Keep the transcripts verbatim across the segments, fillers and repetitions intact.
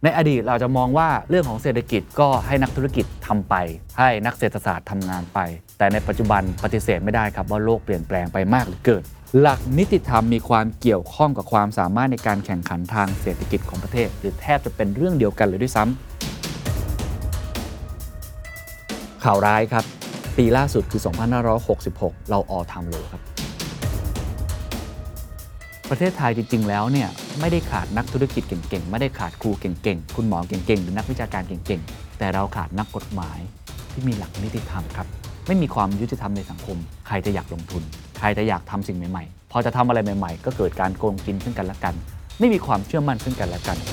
ในอดีตเราจะมองว่าเรื่องของเศรษฐกิจก็ให้นักธุรกิจทำไปให้นักเศรษฐศาสตร์ทำงานไปแต่ในปัจจุบันปฏิเสธไม่ได้ครับว่าโลกเปลี่ยนแปลงไปมากเหลือเกินหลักนิติธรรมมีความเกี่ยวข้องกับความสามารถในการแข่งขันทางเศรษฐกิจของประเทศหรือแทบจะเป็นเรื่องเดียวกันเลยด้วยซ้ำข่าวร้ายครับปีล่าสุดคือสองพันห้าร้อยหกสิบหกเรา all time low ครับประเทศไทยจริงๆแล้วเนี่ยไม่ได้ขาดนักธุรกิจเก่งๆไม่ได้ขาดครูเก่งๆคุณหมอเก่งๆหรือนักวิชาการเก่งๆแต่เราขาดนักกฎหมายที่มีหลักนิติธรรมครับไม่มีความยุติธรรมในสังคมใครจะอยากลงทุนใครจะอยากทำสิ่งใหม่ๆพอจะทำอะไรใหม่ๆก็เกิดการโกงกินซึ่งกันและกันไม่มีความเชื่อมั่นซึ่งกันและกัน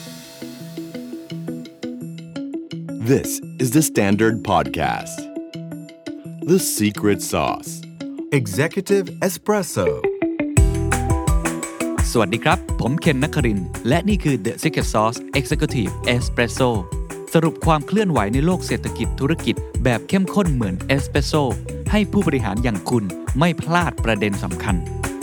This is the Standard Podcast The Secret Sauce Executive Espresso สวัสดีครับผมเคนนครินทร์และนี่คือ The Secret Sauce Executive Espresso สรุปความเคลื่อนไหวในโลกเศรษฐกิจธุรกิจแบบเข้มข้นเหมือนเอสเปรสโซ่ให้ผู้บริหารอย่างคุณไม่พลาดประเด็นสำคัญ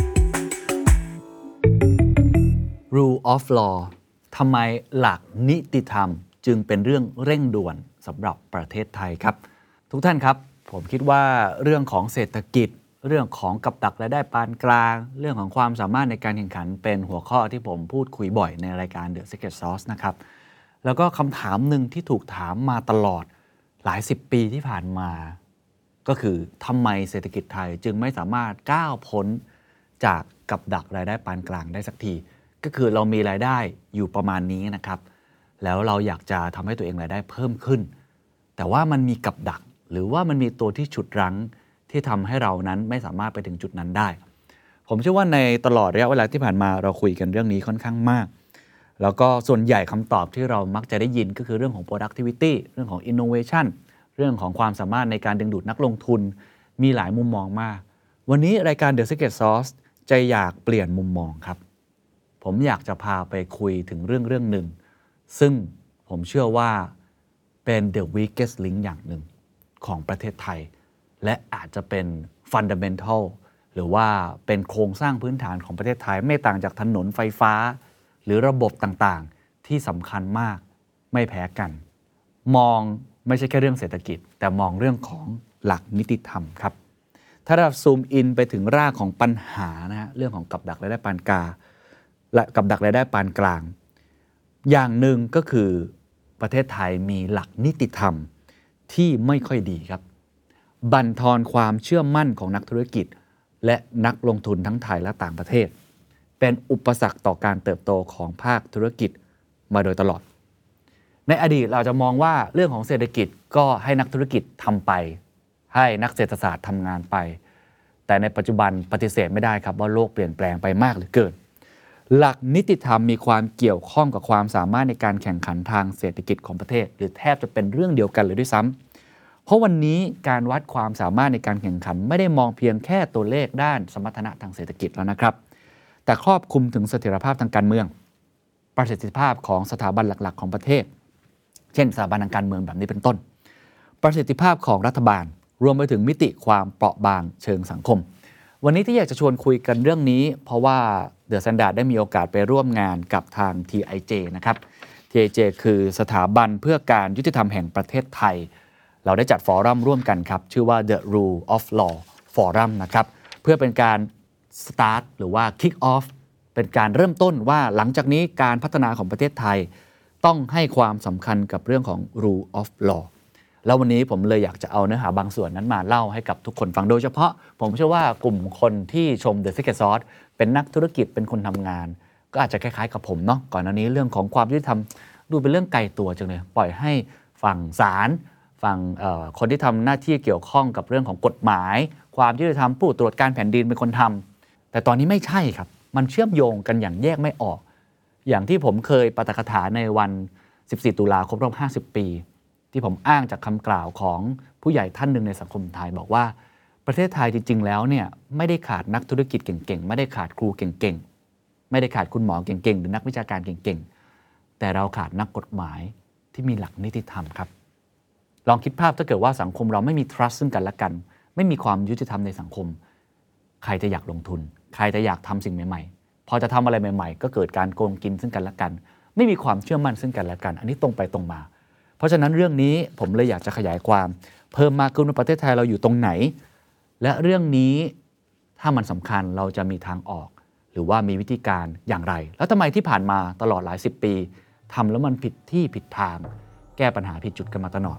Rule of Law ทำไมหลักนิติธรรมจึงเป็นเรื่องเร่งด่วนสำหรับประเทศไทยครับทุกท่านครับผมคิดว่าเรื่องของเศรษฐกิจเรื่องของกับดักรายได้ปานกลางเรื่องของความสามารถในการแข่งขันเป็นหัวข้อที่ผมพูดคุยบ่อยในรายการ The Secret Sauce นะครับแล้วก็คำถามหนึ่งที่ถูกถามมาตลอดหลายสิบปีที่ผ่านมาก็คือทำไมเศรษฐกิจไทยจึงไม่สามารถก้าวพ้นจากกับดักรายได้ปานกลางได้สักทีก็คือเรามีรายได้อยู่ประมาณนี้นะครับแล้วเราอยากจะทำให้ตัวเองรายได้เพิ่มขึ้นแต่ว่ามันมีกับดักหรือว่ามันมีตัวที่ฉุดรั้งที่ทำให้เรานั้นไม่สามารถไปถึงจุดนั้นได้ผมเชื่อว่าในตลอดระยะเวลาที่ผ่านมาเราคุยกันเรื่องนี้ค่อนข้างมากแล้วก็ส่วนใหญ่คำตอบที่เรามักจะได้ยินก็คือเรื่องของ productivity เรื่องของ innovation เรื่องของความสามารถในการดึงดูดนักลงทุนมีหลายมุมมองมากวันนี้รายการ The Secret Sauce จะอยากเปลี่ยนมุมมองครับผมอยากจะพาไปคุยถึงเรื่องเรื่องหนึ่งซึ่งผมเชื่อว่าเป็น the weakest link อย่างหนึ่งของประเทศไทยและอาจจะเป็น fundamental หรือว่าเป็นโครงสร้างพื้นฐานของประเทศไทยไม่ต่างจากถนนไฟฟ้าหรือระบบต่างๆที่สำคัญมากไม่แพ้กันมองไม่ใช่แค่เรื่องเศรษฐกิจแต่มองเรื่องของหลักนิติธรรมครับถ้าเราซูมอินไปถึงรากของปัญหานะฮะเรื่องของกับดักรายได้ปานกลางและกับดักรายได้ปานกลางอย่างหนึ่งก็คือประเทศไทยมีหลักนิติธรรมที่ไม่ค่อยดีครับบั่นทอนความเชื่อมั่นของนักธุรกิจและนักลงทุนทั้งไทยและต่างประเทศเป็นอุปสรรคต่อการเติบโตของภาคธุรกิจมาโดยตลอดในอดีตเราจะมองว่าเรื่องของเศรษฐกิจก็ให้นักธุรกิจทำไปให้นักเศรษฐศาสตร์ทำงานไปแต่ในปัจจุบันปฏิเสธไม่ได้ครับว่าโลกเปลี่ยนแปลงไปมากเหลือเกินหลักนิติธรรมมีความเกี่ยวข้องกับความสามารถในการแข่งขันทางเศรษฐกิจของประเทศหรือแทบจะเป็นเรื่องเดียวกันเลยด้วยซ้ำเพราะวันนี้การวัดความสามารถในการแข่งขันไม่ได้มองเพียงแค่ตัวเลขด้านสมรรถนะทางเศรษฐกิจแล้วนะครับแต่ครอบคลุมถึงเสถียรภาพทางการเมืองประสิทธิภาพของสถาบันหลักๆของประเทศเช่นสถาบันทางการเมืองแบบนี้เป็นต้นประสิทธิภาพของรัฐบาลรวมไปถึงมิติความเปราะบางเชิงสังคมวันนี้ที่อยากจะชวนคุยกันเรื่องนี้เพราะว่า The Standard ได้มีโอกาสไปร่วมงานกับทาง ที ไอ เจ นะครับ ที ไอ เจ คือสถาบันเพื่อการยุติธรรมแห่งประเทศไทยเราได้จัดฟอรัมร่วมกันครับชื่อว่า The Rule of Law Forum นะครับเพื่อเป็นการ start หรือว่า kick off เป็นการเริ่มต้นว่าหลังจากนี้การพัฒนาของประเทศไทยต้องให้ความสำคัญกับเรื่องของ Rule of Law แล้ววันนี้ผมเลยอยากจะเอาเนื้อหาบางส่วนนั้นมาเล่าให้กับทุกคนฟังโดยเฉพาะผมเชื่อว่ากลุ่มคนที่ชม The Secret Sauce เป็นนักธุรกิจเป็นคนทำงานก็อาจจะคล้ายๆกับผมเนาะก่อนหน้านี้เรื่องของความยุติธรรมดูเป็นเรื่องไกลตัวจังเลยปล่อยให้ฝั่งศาลฝั่งคนที่ทำหน้าที่เกี่ยวข้องกับเรื่องของกฎหมายความยุติธรรมผู้ตรวจการแผ่นดินเป็นคนทำแต่ตอนนี้ไม่ใช่ครับมันเชื่อมโยงกันอย่างแยกไม่ออกอย่างที่ผมเคยปาฐกถาในวันสิบสี่ตุลาครบรอบห้าสิบปีที่ผมอ้างจากคำกล่าวของผู้ใหญ่ท่านหนึ่งในสังคมไทยบอกว่าประเทศไทยจริงๆแล้วเนี่ยไม่ได้ขาดนักธุรกิจเก่งๆไม่ได้ขาดครูเก่งๆไม่ได้ขาดคุณหมอเก่งๆหรือนักวิชาการเก่งๆแต่เราขาดนักกฎหมายที่มีหลักนิติธรรมครับลองคิดภาพถ้าเกิดว่าสังคมเราไม่มี trust ซึ่งกันและกันไม่มีความยุติธรรมในสังคมใครจะอยากลงทุนใครจะอยากทำสิ่งใหม่ๆพอจะทำอะไรใหม่ๆก็เกิดการโกงกินซึ่งกันและกันไม่มีความเชื่อมั่นซึ่งกันและกันอันนี้ตรงไปตรงมาเพราะฉะนั้นเรื่องนี้ผมเลยอยากจะขยายความเพิ่มมากขึ้นว่าประเทศไทยเราอยู่ตรงไหนและเรื่องนี้ถ้ามันสำคัญเราจะมีทางออกหรือว่ามีวิธีการอย่างไรแล้วทำไมที่ผ่านมาตลอดหลายสิบปีทำแล้วมันผิดที่ผิดทางแก้ปัญหาผิดจุดกันมาตลอด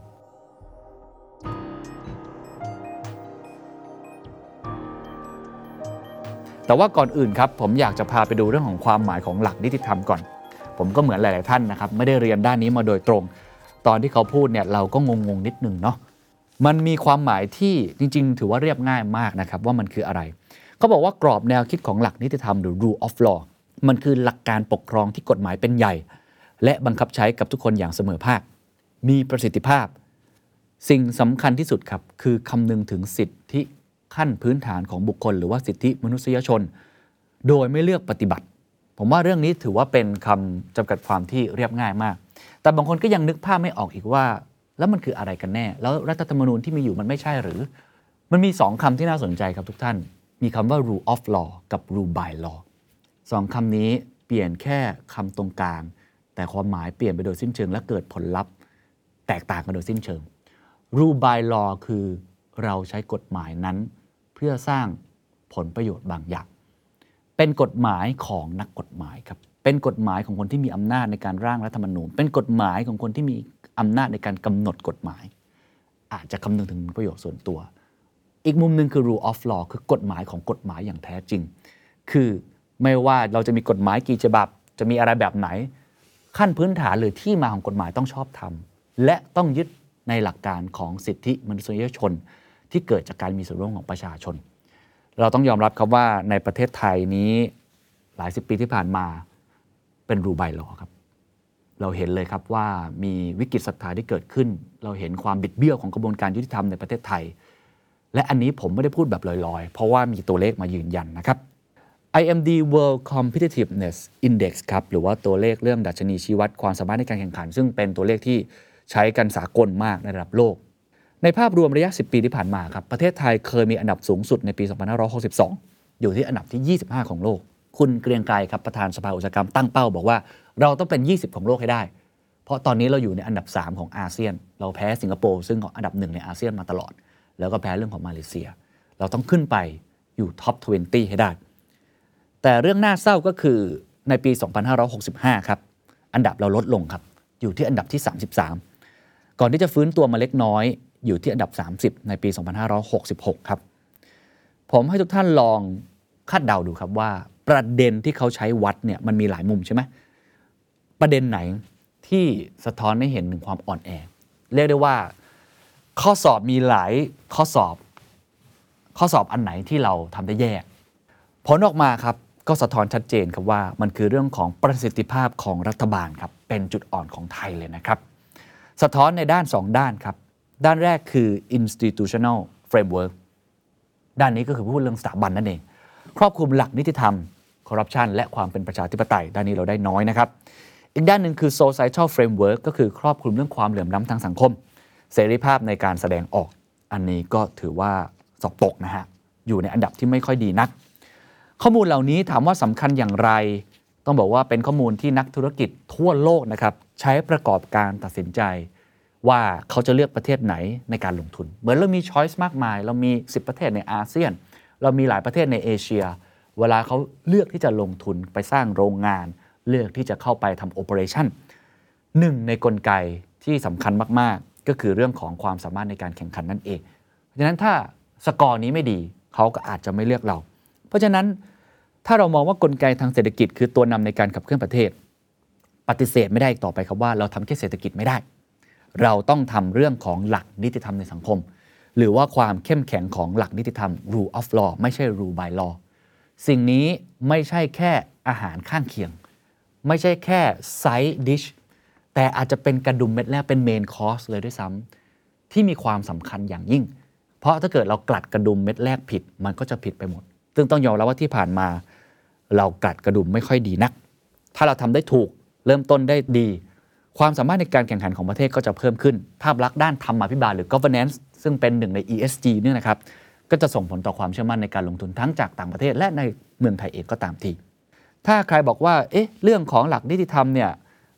แต่ว่าก่อนอื่นครับผมอยากจะพาไปดูเรื่องของความหมายของหลักนิติธรรมก่อนผมก็เหมือนหลายๆท่านนะครับไม่ได้เรียนด้านนี้มาโดยตรงตอนที่เขาพูดเนี่ยเราก็งงๆนิดนึงเนาะมันมีความหมายที่จริงๆถือว่าเรียบง่ายมากนะครับว่ามันคืออะไรเขาบอกว่ากรอบแนวคิดของหลักนิติธรรมหรือ rule of law มันคือหลักการปกครองที่กฎหมายเป็นใหญ่และบังคับใช้กับทุกคนอย่างเสมอภาคมีประสิทธิภาพสิ่งสำคัญที่สุดครับคือคำนึงถึงสิทธิขั้นพื้นฐานของบุคคลหรือว่าสิทธิมนุษยชนโดยไม่เลือกปฏิบัติผมว่าเรื่องนี้ถือว่าเป็นคำจำกัดความที่เรียบง่ายมากแต่บางคนก็ยังนึกภาพไม่ออกอีกว่าแล้วมันคืออะไรกันแน่แล้วรัฐธรรมนูญที่มีอยู่มันไม่ใช่หรือมันมีสองคำที่น่าสนใจครับทุกท่านมีคำว่า rule of law กับ rule by law สองคำนี้เปลี่ยนแค่คำตรงกลางแต่ความหมายเปลี่ยนไปโดยสิ้นเชิงและเกิดผลลัพธ์แตกต่างกันโดยสิ้นเชิง rule by law คือเราใช้กฎหมายนั้นเพื่อสร้างผลประโยชน์บางอย่างเป็นกฎหมายของนักกฎหมายครับเป็นกฎหมายของคนที่มีอำนาจในการร่างรัฐธรรมนูญเป็นกฎหมายของคนที่มีอำนาจในการกำหนดกฎหมายอาจจะคำนึงถึงประโยชน์ส่วนตัวอีกมุมหนึ่งคือ rule of law คือกฎหมายของกฎหมายอย่างแท้จริงคือไม่ว่าเราจะมีกฎหมายกี่ฉบับจะมีอะไรแบบไหนขั้นพื้นฐานหรือที่มาของกฎหมายต้องชอบธรรมและต้องยึดในหลักการของสิทธิมนุษยชนที่เกิดจากการมีส่วนร่วมของประชาชนเราต้องยอมรับครับว่าในประเทศไทยนี้หลายสิบปีที่ผ่านมาเป็นรูล by law ครับเราเห็นเลยครับว่ามีวิกฤตศรัทธาที่เกิดขึ้นเราเห็นความบิดเบี้ยวของกระบวนการยุติธรรมในประเทศไทยและอันนี้ผมไม่ได้พูดแบบลอยๆเพราะว่ามีตัวเลขมายืนยันนะครับ ไอ เอ็ม ดี World Competitiveness Index ครับหรือว่าตัวเลขเรื่องดัชนีชี้วัดความสามารถในการแข่งขันซึ่งเป็นตัวเลขที่ใช้กันสากลมากในระดับโลกในภาพรวมระยะสิบปีที่ผ่านมาครับประเทศไทยเคยมีอันดับสูงสุดในปีสองพันห้าร้อยหกสิบสองอยู่ที่อันดับที่ยี่สิบห้าของโลกคุณเกรียงไกรครับประธานสภาอุตสาหกรรมตั้งเป้าบอกว่าเราต้องเป็นยี่สิบของโลกให้ได้เพราะตอนนี้เราอยู่ในอันดับสามของอาเซียนเราแพ้สิงคโปร์ซึ่งอันดับหนึ่งในอาเซียนมาตลอดแล้วก็แพ้เรื่องของมาเลเซียเราต้องขึ้นไปอยู่ท็อปยี่สิบให้ได้แต่เรื่องน่าเศร้าก็คือในปีสองพันห้าร้อยหกสิบห้าครับอันดับเราลดลงครับอยู่ที่อันดับที่สามสิบสามก่อนที่จะฟื้นตัวมาเล็กน้อยอยู่ที่อันดับสามสิบในปีสองพันห้าร้อยหกสิบหกครับผมให้ทุกท่านลองคาดเดาดูครับว่าประเด็นที่เขาใช้วัดเนี่ยมันมีหลายมุมใช่ไหมประเด็นไหนที่สะท้อนให้เห็นถึงความอ่อนแอเรียกได้ว่าข้อสอบมีหลายข้อสอบข้อสอบอันไหนที่เราทำได้แย่ผลออกมาครับก็สะท้อนชัดเจนครับว่ามันคือเรื่องของประสิทธิภาพของรัฐบาลครับเป็นจุดอ่อนของไทยเลยนะครับสะท้อนในด้านสองด้านครับด้านแรกคือ institutional framework ด้านนี้ก็คือพูดเรื่องสถาบันนั่นเองครอบคลุมหลักนิติธรรม corruption และความเป็นประชาธิปไตยด้านนี้เราได้น้อยนะครับอีกด้านหนึ่งคือ societal framework ก็คือครอบคลุมเรื่องความเหลื่อมล้ำทางสังคมเสรีภาพในการแสดงออกอันนี้ก็ถือว่าสอบตกนะฮะอยู่ในอันดับที่ไม่ค่อยดีนักข้อมูลเหล่านี้ถามว่าสำคัญอย่างไรต้องบอกว่าเป็นข้อมูลที่นักธุรกิจทั่วโลกนะครับใช้ประกอบการตัดสินใจว่าเขาจะเลือกประเทศไหนในการลงทุนเหมือนเรามีช้อยส์มากมายเรามีสิบประเทศในอาเซียนเรามีหลายประเทศในเอเชียเวลาเขาเลือกที่จะลงทุนไปสร้างโรงงานเลือกที่จะเข้าไปทำโอเปอเรชั่นหนึ่งในกลไกที่สำคัญมากๆก็คือเรื่องของความสามารถในการแข่งขันนั่นเองเพราะฉะนั้นถ้าสกอร์นี้ไม่ดีเขาก็อาจจะไม่เลือกเราเพราะฉะนั้นถ้าเรามองว่ากลไกทางเศรษฐกิจคือตัวนำในการขับเคลื่อนประเทศปฏิเสธไม่ได้อีกต่อไปครับว่าเราทำแค่เศรษฐกิจไม่ได้เราต้องทำเรื่องของหลักนิติธรรมในสังคมหรือว่าความเข้มแข็งของหลักนิติธรรม rule of law ไม่ใช่ rule by law สิ่งนี้ไม่ใช่แค่อาหารข้างเคียงไม่ใช่แค่ side dish แต่อาจจะเป็นกระดุมเม็ดแรกเป็น main course เลยด้วยซ้ำที่มีความสำคัญอย่างยิ่งเพราะถ้าเกิดเรากลัดกระดุมเม็ดแรกผิดมันก็จะผิดไปหมดซึ่งต้องยอมรับว่าที่ผ่านมาเรากลัดกระดุมไม่ค่อยดีนักถ้าเราทำได้ถูกเริ่มต้นได้ดีความสามารถในการแข่งขันของประเทศก็จะเพิ่มขึ้นภาพลักษณ์ด้านธรรมาภิบาลหรือ governance ซึ่งเป็นหนึ่งใน อี เอส จี เนี่ยนะครับก็จะส่งผลต่อความเชื่อมั่นในการลงทุนทั้งจากต่างประเทศและในเมืองไทยเองก็ตามทีถ้าใครบอกว่าเอ๊ะเรื่องของหลักนิติธรรมเนี่ย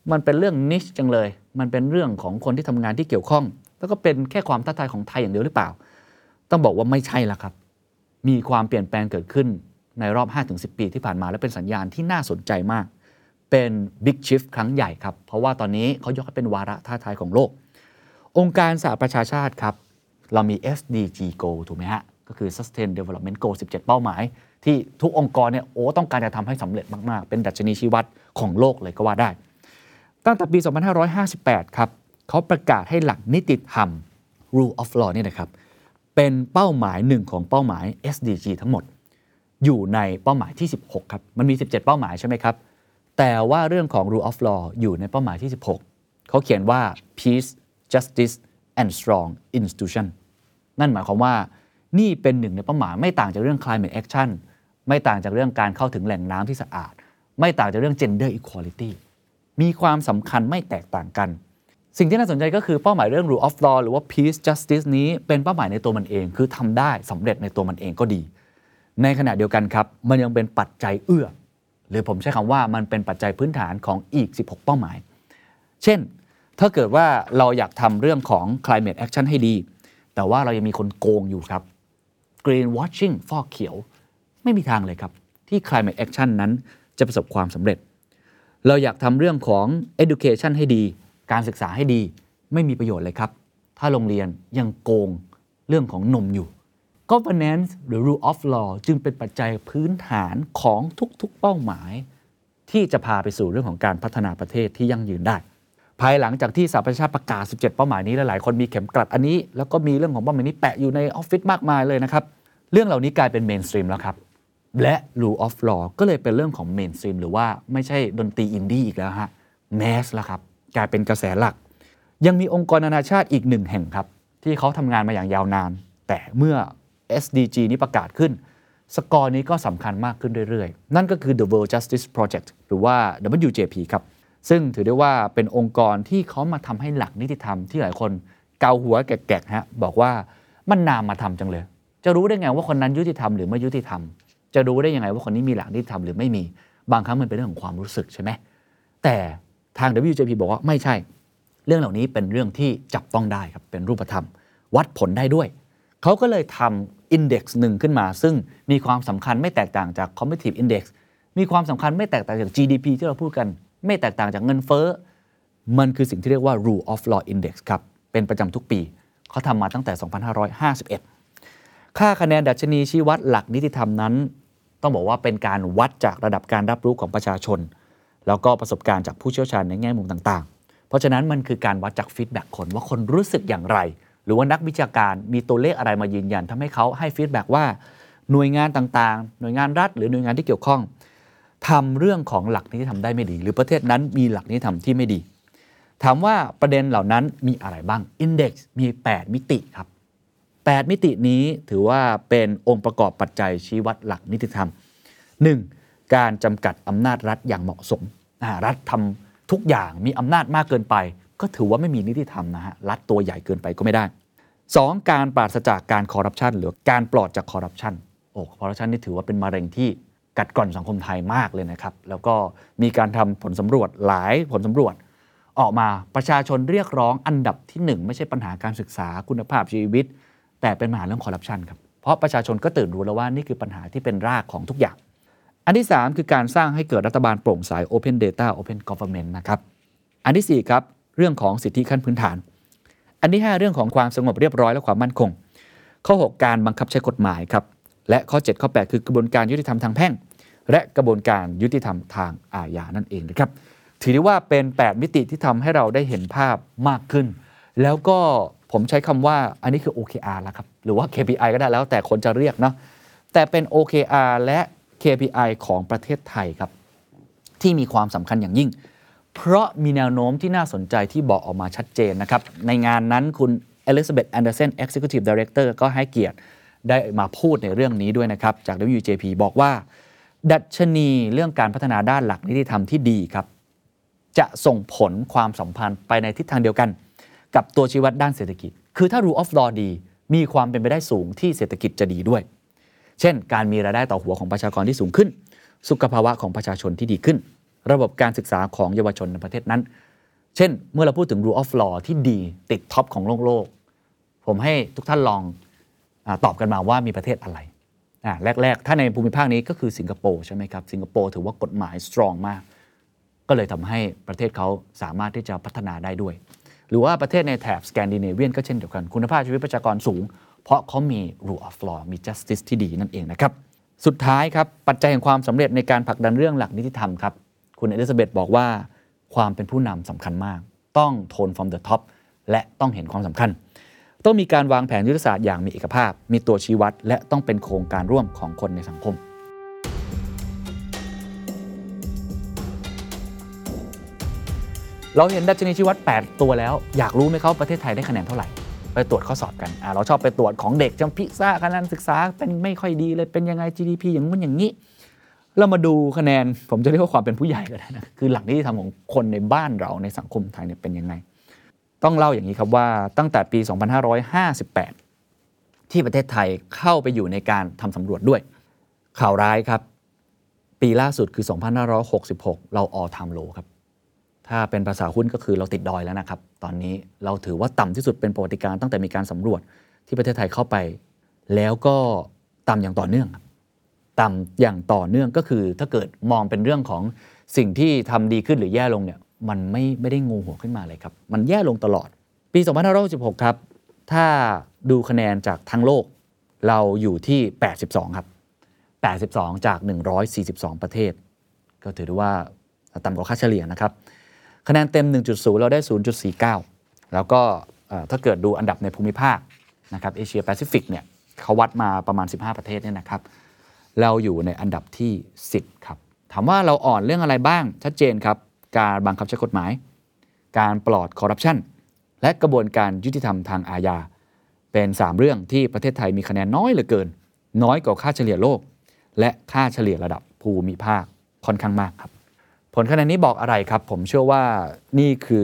มันเป็นเรื่องนิชจังเลยมันเป็นเรื่องของคนที่ทำงานที่เกี่ยวข้องแล้วก็เป็นแค่ความท้าทายของไทยอย่างเดียวหรือเปล่าต้องบอกว่าไม่ใช่ละครับมีความเปลี่ยนแปลงเกิดขึ้นในรอบ ห้าถึงสิบ ปีที่ผ่านมาและเป็นสัญญาณที่น่าสนใจมากเป็นบิ๊กชิฟต์ครั้งใหญ่ครับเพราะว่าตอนนี้เขายกให้เป็นวาระท้าทายของโลกองค์การสหประชาชาติครับเรามี เอส ดี จี Goal ถูกไหมฮะก็คือ Sustain Development Goal สิบเจ็ด เป้าหมายที่ทุกองค์กรเนี่ยโอ้ต้องการจะทำให้สำเร็จมากๆเป็นดัชนีชี้วัดของโลกเลยก็ว่าได้ตั้งแต่ปี สองพันห้าร้อยห้าสิบแปด ครับเขาประกาศให้หลักนิติธรรม Rule of Law เนี่ยนะครับเป็นเป้าหมายหนึ่งของเป้าหมาย เอส ดี จี ทั้งหมดอยู่ในเป้าหมายที่สิบหกครับมันมีสิบเจ็ดเป้าหมายใช่ไหมครับแต่ว่าเรื่องของ Rule of Law อยู่ในเป้าหมายที่สิบหกเขาเขียนว่า Peace Justice and Strong Institution นั่นหมายความว่านี่เป็นหนึ่งในเป้าหมายไม่ต่างจากเรื่อง Climate Action ไม่ต่างจากเรื่องการเข้าถึงแหล่งน้ำที่สะอาดไม่ต่างจากเรื่อง Gender Equality มีความสำคัญไม่แตกต่างกันสิ่งที่น่าสนใจก็คือเป้าหมายเรื่อง Rule of Law หรือว่า Peace Justice นี้เป็นเป้าหมายในตัวมันเองคือทำได้สำเร็จในตัวมันเองก็ดีในขณะเดียวกันครับมันยังเป็นปัจจัยเอื้อหรือผมใช้คำว่ามันเป็นปัจจัยพื้นฐานของอีกสิบหกเป้าหมายเช่นถ้าเกิดว่าเราอยากทำเรื่องของ climate action ให้ดีแต่ว่าเรายังมีคนโกงอยู่ครับ green washing ฟอกเขียวไม่มีทางเลยครับที่ climate action นั้นจะประสบความสำเร็จเราอยากทำเรื่องของ education ให้ดีการศึกษาให้ดีไม่มีประโยชน์เลยครับถ้าโรงเรียนยังโกงเรื่องของนมอยู่ governance หรือ rule of law จึงเป็นปัจจัยพื้นฐานของทุกๆเป้าหมายที่จะพาไปสู่เรื่องของการพัฒนาประเทศที่ยั่งยืนได้ภายหลังจากที่สหประชาชาติประกาศสิบเจ็ดเป้าหมายนี้หลายๆคนมีเข็มกลัดอันนี้แล้วก็มีเรื่องของเป้าหมายนี้แปะอยู่ในออฟฟิศมากมายเลยนะครับเรื่องเหล่านี้กลายเป็นเมนสตรีมแล้วครับและ rule of law ก็เลยเป็นเรื่องของเมนสตรีมหรือว่าไม่ใช่ดนตรีอินดี้อีกแล้วฮะแมสแล้วครับกลายเป็นกระแสหลักยังมีองค์กรนานาชาติอีกหนึ่งแห่งครับที่เขาทำงานมาอย่างยาวนานแต่เมื่อ เอส ดี จี นี้ประกาศขึ้นสกอร์นี้ก็สำคัญมากขึ้นเรื่อยๆนั่นก็คือ The World Justice Project หรือว่า ดับเบิลยู เจ พี ครับซึ่งถือได้ว่าเป็นองค์กรที่เขามาทำให้หลักนิติธรรมที่หลายคนเกาหัวแกะๆฮะบอกว่ามันนามมาทำจังเลยจะรู้ได้ไงว่าคนนั้นยุติธรรมหรือไม่ยุติธรรมจะรู้ได้ยังไงว่าคนนี้มีหลักนิติธรรมหรือไม่มีบางครั้งมันเป็นเรื่องของความรู้สึกใช่ไหมแต่ทาง ดับเบิลยู เจ พี บอกว่าไม่ใช่เรื่องเหล่านี้เป็นเรื่องที่จับต้องได้ครับเป็นรูปธรรมวัดผลได้ด้วยเขาก็เลยทำ Index หนึ่งขึ้นมาซึ่งมีความสำคัญไม่แตกต่างจาก Competitive Index มีความสำคัญไม่แตกต่างจาก จี ดี พี ที่เราพูดกันไม่แตกต่างจากเงินเฟ้อมันคือสิ่งที่เรียกว่า Rule of Law Index ครับเป็นประจำทุกปีเขาทำมาตั้งแต่ สองพันห้าร้อยห้าสิบเอ็ด ค่าคะแนนดัชนีชี้วัดหลักนิติธรรมนั้นต้องบอกว่าเป็นการวัดจากระดับการรับรู้ของประชาชนแล้วก็ประสบการณ์จากผู้เชี่ยวชาญในแง่มุมต่างๆเพราะฉะนั้นมันคือการวัดจากฟีดแบ็กคนว่าคนรู้สึกอย่างไรหรือว่านักวิชาการมีตัวเลขอะไรมายืนยันทำให้เขาให้ฟีดแบ็กว่าหน่วยงานต่างๆหน่วยงานรัฐหรือหน่วยงานที่เกี่ยวข้องทำเรื่องของหลักนิติธรรมได้ไม่ดีหรือประเทศนั้นมีหลักนิติธรรมที่ไม่ดีถามว่าประเด็นเหล่านั้นมีอะไรบ้าง Index มีแปดมิติครับแปดมิตินี้ถือว่าเป็นองค์ประกอบปัจจัยชี้วัดหลักนิติธรรม หนึ่ง. การจำกัดอำนาจรัฐอย่างเหมาะสมรัฐทำทุกอย่างมีอำนาจมากเกินไปก็ถือว่าไม่มีนิติธรรมนะฮะรัฐตัวใหญ่เกินไปก็ไม่ได้ สอง. การปราศจากการคอร์รัปชันหรือการปลอดจากคอร์รัปชันโอ้คอร์รัปชันนี่ถือว่าเป็นมะเร็งที่กัดกร่อนสังคมไทยมากเลยนะครับแล้วก็มีการทำผลสำรวจหลายผลสำรวจออกมาประชาชนเรียกร้องอันดับที่หนึ่งไม่ใช่ปัญหาการศึกษาคุณภาพชีวิตแต่เป็นปัญหาเรื่องคอร์รัปชันครับเพราะประชาชนก็ตื่นรู้แล้วว่านี่คือปัญหาที่เป็นรากของทุกอย่างอันที่สามคือการสร้างให้เกิดรัฐบาลโปร่งใส Open Data Open Government นะครับอันที่สี่ครับเรื่องของสิทธิขั้นพื้นฐานอันที่ห้าเรื่องของความสงบเรียบร้อยและความมั่นคงข้อหกการบังคับใช้กฎหมายครับและข้อเจ็ดข้อแปดคือกระบวนการยุติธรรมทางแพ่งและกระบวนการยุติธรรมทางอาญานั่นเองนะครับถือได้ว่าเป็นแปดมิติที่ทำให้เราได้เห็นภาพมากขึ้นแล้วก็ผมใช้คำว่าอันนี้คือ โอ เค อาร์ แล้วครับหรือว่า เค พี ไอ ก็ได้แล้วแต่คนจะเรียกเนาะแต่เป็น โอ เค อาร์ และ เค พี ไอ ของประเทศไทยครับที่มีความสำคัญอย่างยิ่งเพราะมีแนวโน้มที่น่าสนใจที่บอกออกมาชัดเจนนะครับในงานนั้นคุณ Elizabeth Anderson Executive Director ก็ให้เกียรติได้มาพูดในเรื่องนี้ด้วยนะครับจาก ดับเบิลยู เจ พี บอกว่าดัชนีเรื่องการพัฒนาด้านหลักนิติธรรมที่ดีครับจะส่งผลความสัมพันธ์ไปในทิศทางเดียวกันกับตัวชี้วัดด้านเศรษฐกิจคือถ้า Rule of Law ดีมีความเป็นไปได้สูงที่เศรษฐกิจจะดีด้วยเช่นการมีรายได้ต่อหัวของประชากรที่สูงขึ้นสุขภาวะของประชาชนที่ดีขึ้นระบบการศึกษาของเยาวชนในประเทศนั้นเช่นเมื่อเราพูดถึง rule of law ที่ดีติดท็อปของโลกโลกผมให้ทุกท่านลองอ่าตอบกันมาว่ามีประเทศอะไรอ่าแรกๆถ้าในภูมิภาคนี้ก็คือสิงคโปร์ใช่ไหมครับสิงคโปร์ถือว่ากฎหมาย strong มากก็เลยทำให้ประเทศเขาสามารถที่จะพัฒนาได้ด้วยหรือว่าประเทศในแถบสแกนดิเนเวียนก็เช่นเดียวกันคุณภาพชีวิตประชากรสูงเพราะเขามี rule of law มี justice ที่ดีนั่นเองนะครับสุดท้ายครับปัจจัยแห่งความสำเร็จในการผลักดันเรื่องหลักนิติธรรมครับคุณอลิซาเบธบอกว่าความเป็นผู้นำสำคัญมากต้อง tone from the top และต้องเห็นความสำคัญต้องมีการวางแผนยุทธศาสตร์อย่างมีเอกภาพมีตัวชี้วัดและต้องเป็นโครงการร่วมของคนในสังคมเราเห็นดัชนีชี้วัดแปดตัวแล้วอยากรู้ไหมครับประเทศไทยได้คะแนนเท่าไหร่ไปตรวจข้อสอบกันอ่าเราชอบไปตรวจของเด็กจังพิซ่าคะแนนศึกษาเป็นไม่ค่อยดีเลยเป็นยังไง จี ดี พี อย่างนู้นอย่างนี้เรามาดูคะแนนผมจะเรียกว่าความเป็นผู้ใหญ่ก็ได้นะคือหลักนิติธรรมของคนในบ้านเราในสังคมไทยเนี่ยเป็นยังไงต้องเล่าอย่างนี้ครับว่าตั้งแต่ปีสองพันห้าร้อยห้าสิบแปดที่ประเทศไทยเข้าไปอยู่ในการทำสำรวจด้วยข่าวร้ายครับปีล่าสุดคือสองพันห้าร้อยหกสิบหกเรา all time low ครับถ้าเป็นภาษาหุ้นก็คือเราติดดอยแล้วนะครับตอนนี้เราถือว่าต่ำที่สุดเป็นประวัติการณ์ตั้งแต่มีการสำรวจที่ประเทศไทยเข้าไปแล้วก็ต่ำอย่างต่อเนื่องต่ำอย่างต่อเนื่องก็คือถ้าเกิดมองเป็นเรื่องของสิ่งที่ทำดีขึ้นหรือแย่ลงเนี่ยมันไม่ไม่ได้งูหัวขึ้นมาเลยครับมันแย่ลงตลอดปีสองพันห้าร้อยหกสิบหกครับถ้าดูคะแนนจากทั้งโลกเราอยู่ที่แปดสิบสองครับแปดสิบสองจากหนึ่งร้อยสี่สิบสองประเทศก็ถือได้ว่าต่ำกว่าค่าเฉลี่ยนะครับคะแนนเต็ม หนึ่งจุดศูนย์ เราได้ ศูนย์จุดสี่เก้า แล้วก็ถ้าเกิดดูอันดับในภูมิภาคนะครับเอเชียแปซิฟิกเนี่ยเขาวัดมาประมาณสิบห้าประเทศเนี่ยนะครับเราอยู่ในอันดับที่สิบครับถามว่าเราอ่อนเรื่องอะไรบ้างชัดเจนครับการบังคับใช้กฎหมายการปลอดคอร์รัปชันและกระบวนการยุติธรรมทางอาญาเป็นสามเรื่องที่ประเทศไทยมีคะแนนน้อยเหลือเกินน้อยกว่าค่าเฉลี่ยโลกและค่าเฉลี่ยระดับภูมิภาคค่อนข้างมากครับผลคะแนนนี้บอกอะไรครับผมเชื่อว่านี่คือ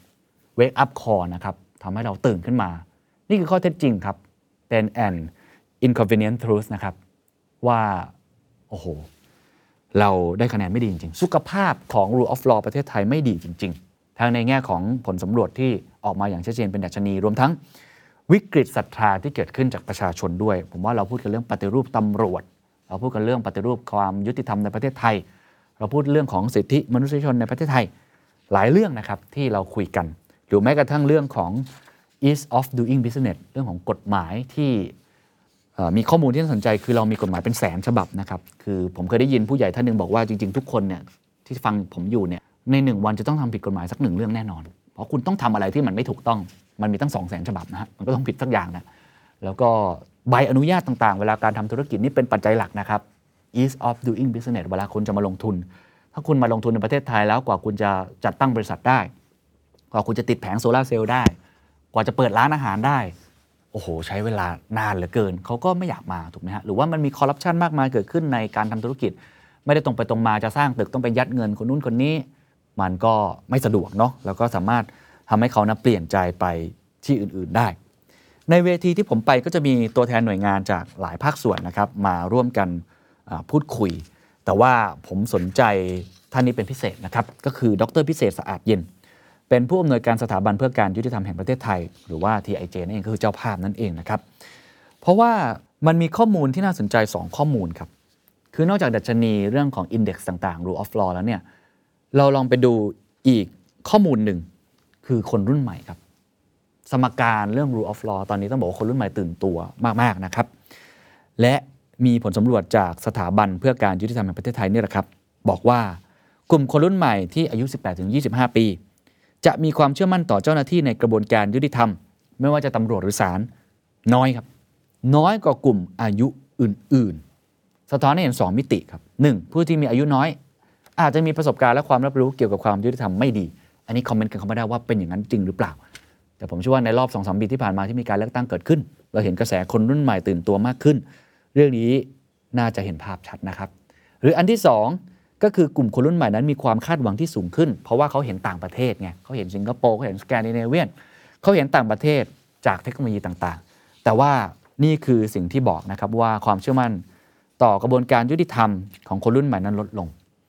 wake up call นะครับทำให้เราตื่นขึ้นมานี่คือข้อเท็จจริงครับเป็น an inconvenient truth นะครับว่าโอ้โหเราได้คะแนนไม่ดีจริงๆสุขภาพของ rule of law ประเทศไทยไม่ดีจริงๆทั้งในแง่ของผลสำรวจที่ออกมาอย่างชัดเจนเป็นดัชนีรวมทั้งวิกฤตศรัทธาที่เกิดขึ้นจากประชาชนด้วยผมว่าเราพูดกันเรื่องปฏิรูปตำรวจเราพูดกันเรื่องปฏิรูปความยุติธรรมในประเทศไทยเราพูดเรื่องของสิทธิมนุษยชนในประเทศไทยหลายเรื่องนะครับที่เราคุยกันหรือแม้กระทั่งเรื่องของ ease of doing business เรื่องของกฎหมายที่มีข้อมูลที่น่าสนใจคือเรามีกฎหมายเป็นแสนฉบับนะครับคือผมเคยได้ยินผู้ใหญ่ท่านนึงบอกว่าจริงๆทุกคนเนี่ยที่ฟังผมอยู่เนี่ยในหนึ่งวันจะต้องทำผิดกฎหมายสักหนึ่งเรื่องแน่นอนเพราะคุณต้องทำอะไรที่มันไม่ถูกต้องมันมีตั้ง สองแสน ฉบับนะฮะมันก็ต้องผิดสักอย่างนะแล้วก็ใบอนุญาตต่างๆเวลาการทำธุรกิจนี่เป็นปัจจัยหลักนะครับ ease of doing business เวลาคุณจะมาลงทุนถ้าคุณมาลงทุนในประเทศไทยแล้วกว่าคุณจะจัดตั้งบริษัทได้กว่าคุณจะติดแผงโซล่าเซลล์ได้กว่าจะเปิดร้านอาหารได้โอ้โหใช้เวลานานเหลือเกินเขาก็ไม่อยากมาถูกไหมฮะหรือว่ามันมีคอร์รัปชันมากมายเกิดขึ้นในการทำธุรกิจไม่ได้ตรงไปตรงมาจะสร้างตึกต้องไปยัดเงินคนนู้นคนนี้มันก็ไม่สะดวกเนาะแล้วก็สามารถทำให้เขานะเปลี่ยนใจไปที่อื่นๆได้ในเวทีที่ผมไปก็จะมีตัวแทนหน่วยงานจากหลายภาคส่วนนะครับมาร่วมกันพูดคุยแต่ว่าผมสนใจท่านนี้เป็นพิเศษนะครับก็คือดรพิเศษสะอาดเย็นเป็นผู้อำนวยการสถาบันเพื่อการยุติธรรมแห่งประเทศไทยหรือว่า ที ไอ เจ นั่นเองก็คือเจ้าภาพนั่นเองนะครับเพราะว่ามันมีข้อมูลที่น่าสนใจสองข้อมูลครับคือนอกจากดัชนีเรื่องของ index ต่างๆ rule of law แล้วเนี่ยเราลองไปดูอีกข้อมูลหนึ่งคือคนรุ่นใหม่ครับสมการเรื่อง rule of law ตอนนี้ต้องบอกว่าคนรุ่นใหม่ตื่นตัวมากๆนะครับและมีผลสำรวจจากสถาบันเพื่อการยุติธรรมแห่งประเทศไทยนี่แหละครับบอกว่ากลุ่มคนรุ่นใหม่ที่อายุ สิบแปดถึงยี่สิบห้า ปีจะมีความเชื่อมั่นต่อเจ้าหน้าที่ในกระบวนการยุติธรรมไม่ว่าจะตำรวจหรือศาลน้อยครับน้อยกว่ากลุ่มอายุอื่นๆสะท้อนให้เห็นสองมิติครับหนึ่งผู้ที่มีอายุน้อยอาจจะมีประสบการณ์และความรับรู้เกี่ยวกับความยุติธรรมไม่ดีอันนี้คอมเมนต์กันเข้ามาได้ว่าเป็นอย่างนั้นจริงหรือเปล่าแต่ผมเชื่อว่าในรอบ สองถึงสาม ปีที่ผ่านมาที่มีการเลือกตั้งเกิดขึ้นเราเห็นกระแสคนรุ่นใหม่ตื่นตัวมากขึ้นเรื่องนี้น่าจะเห็นภาพชัดนะครับหรืออันที่สองก็คือกลุ่มคนรุ่นใหม่นั้นมีความคาดหวังที่สูงขึ้นเพราะว่าเขาเห็นต่างประเทศไงเขาเห็นสิงคโปร์เขาเห็นสแกนดิเนเวียนเขาเห็นต่างประเทศจากเทคโนโลยีต่างๆแต่ว่านี่คือสิ่งที่บอกนะครับว่าความเชื่อมั่นต่อกระบวนการยุติธรรมของคนรุ่นใหม่นั้นลดลง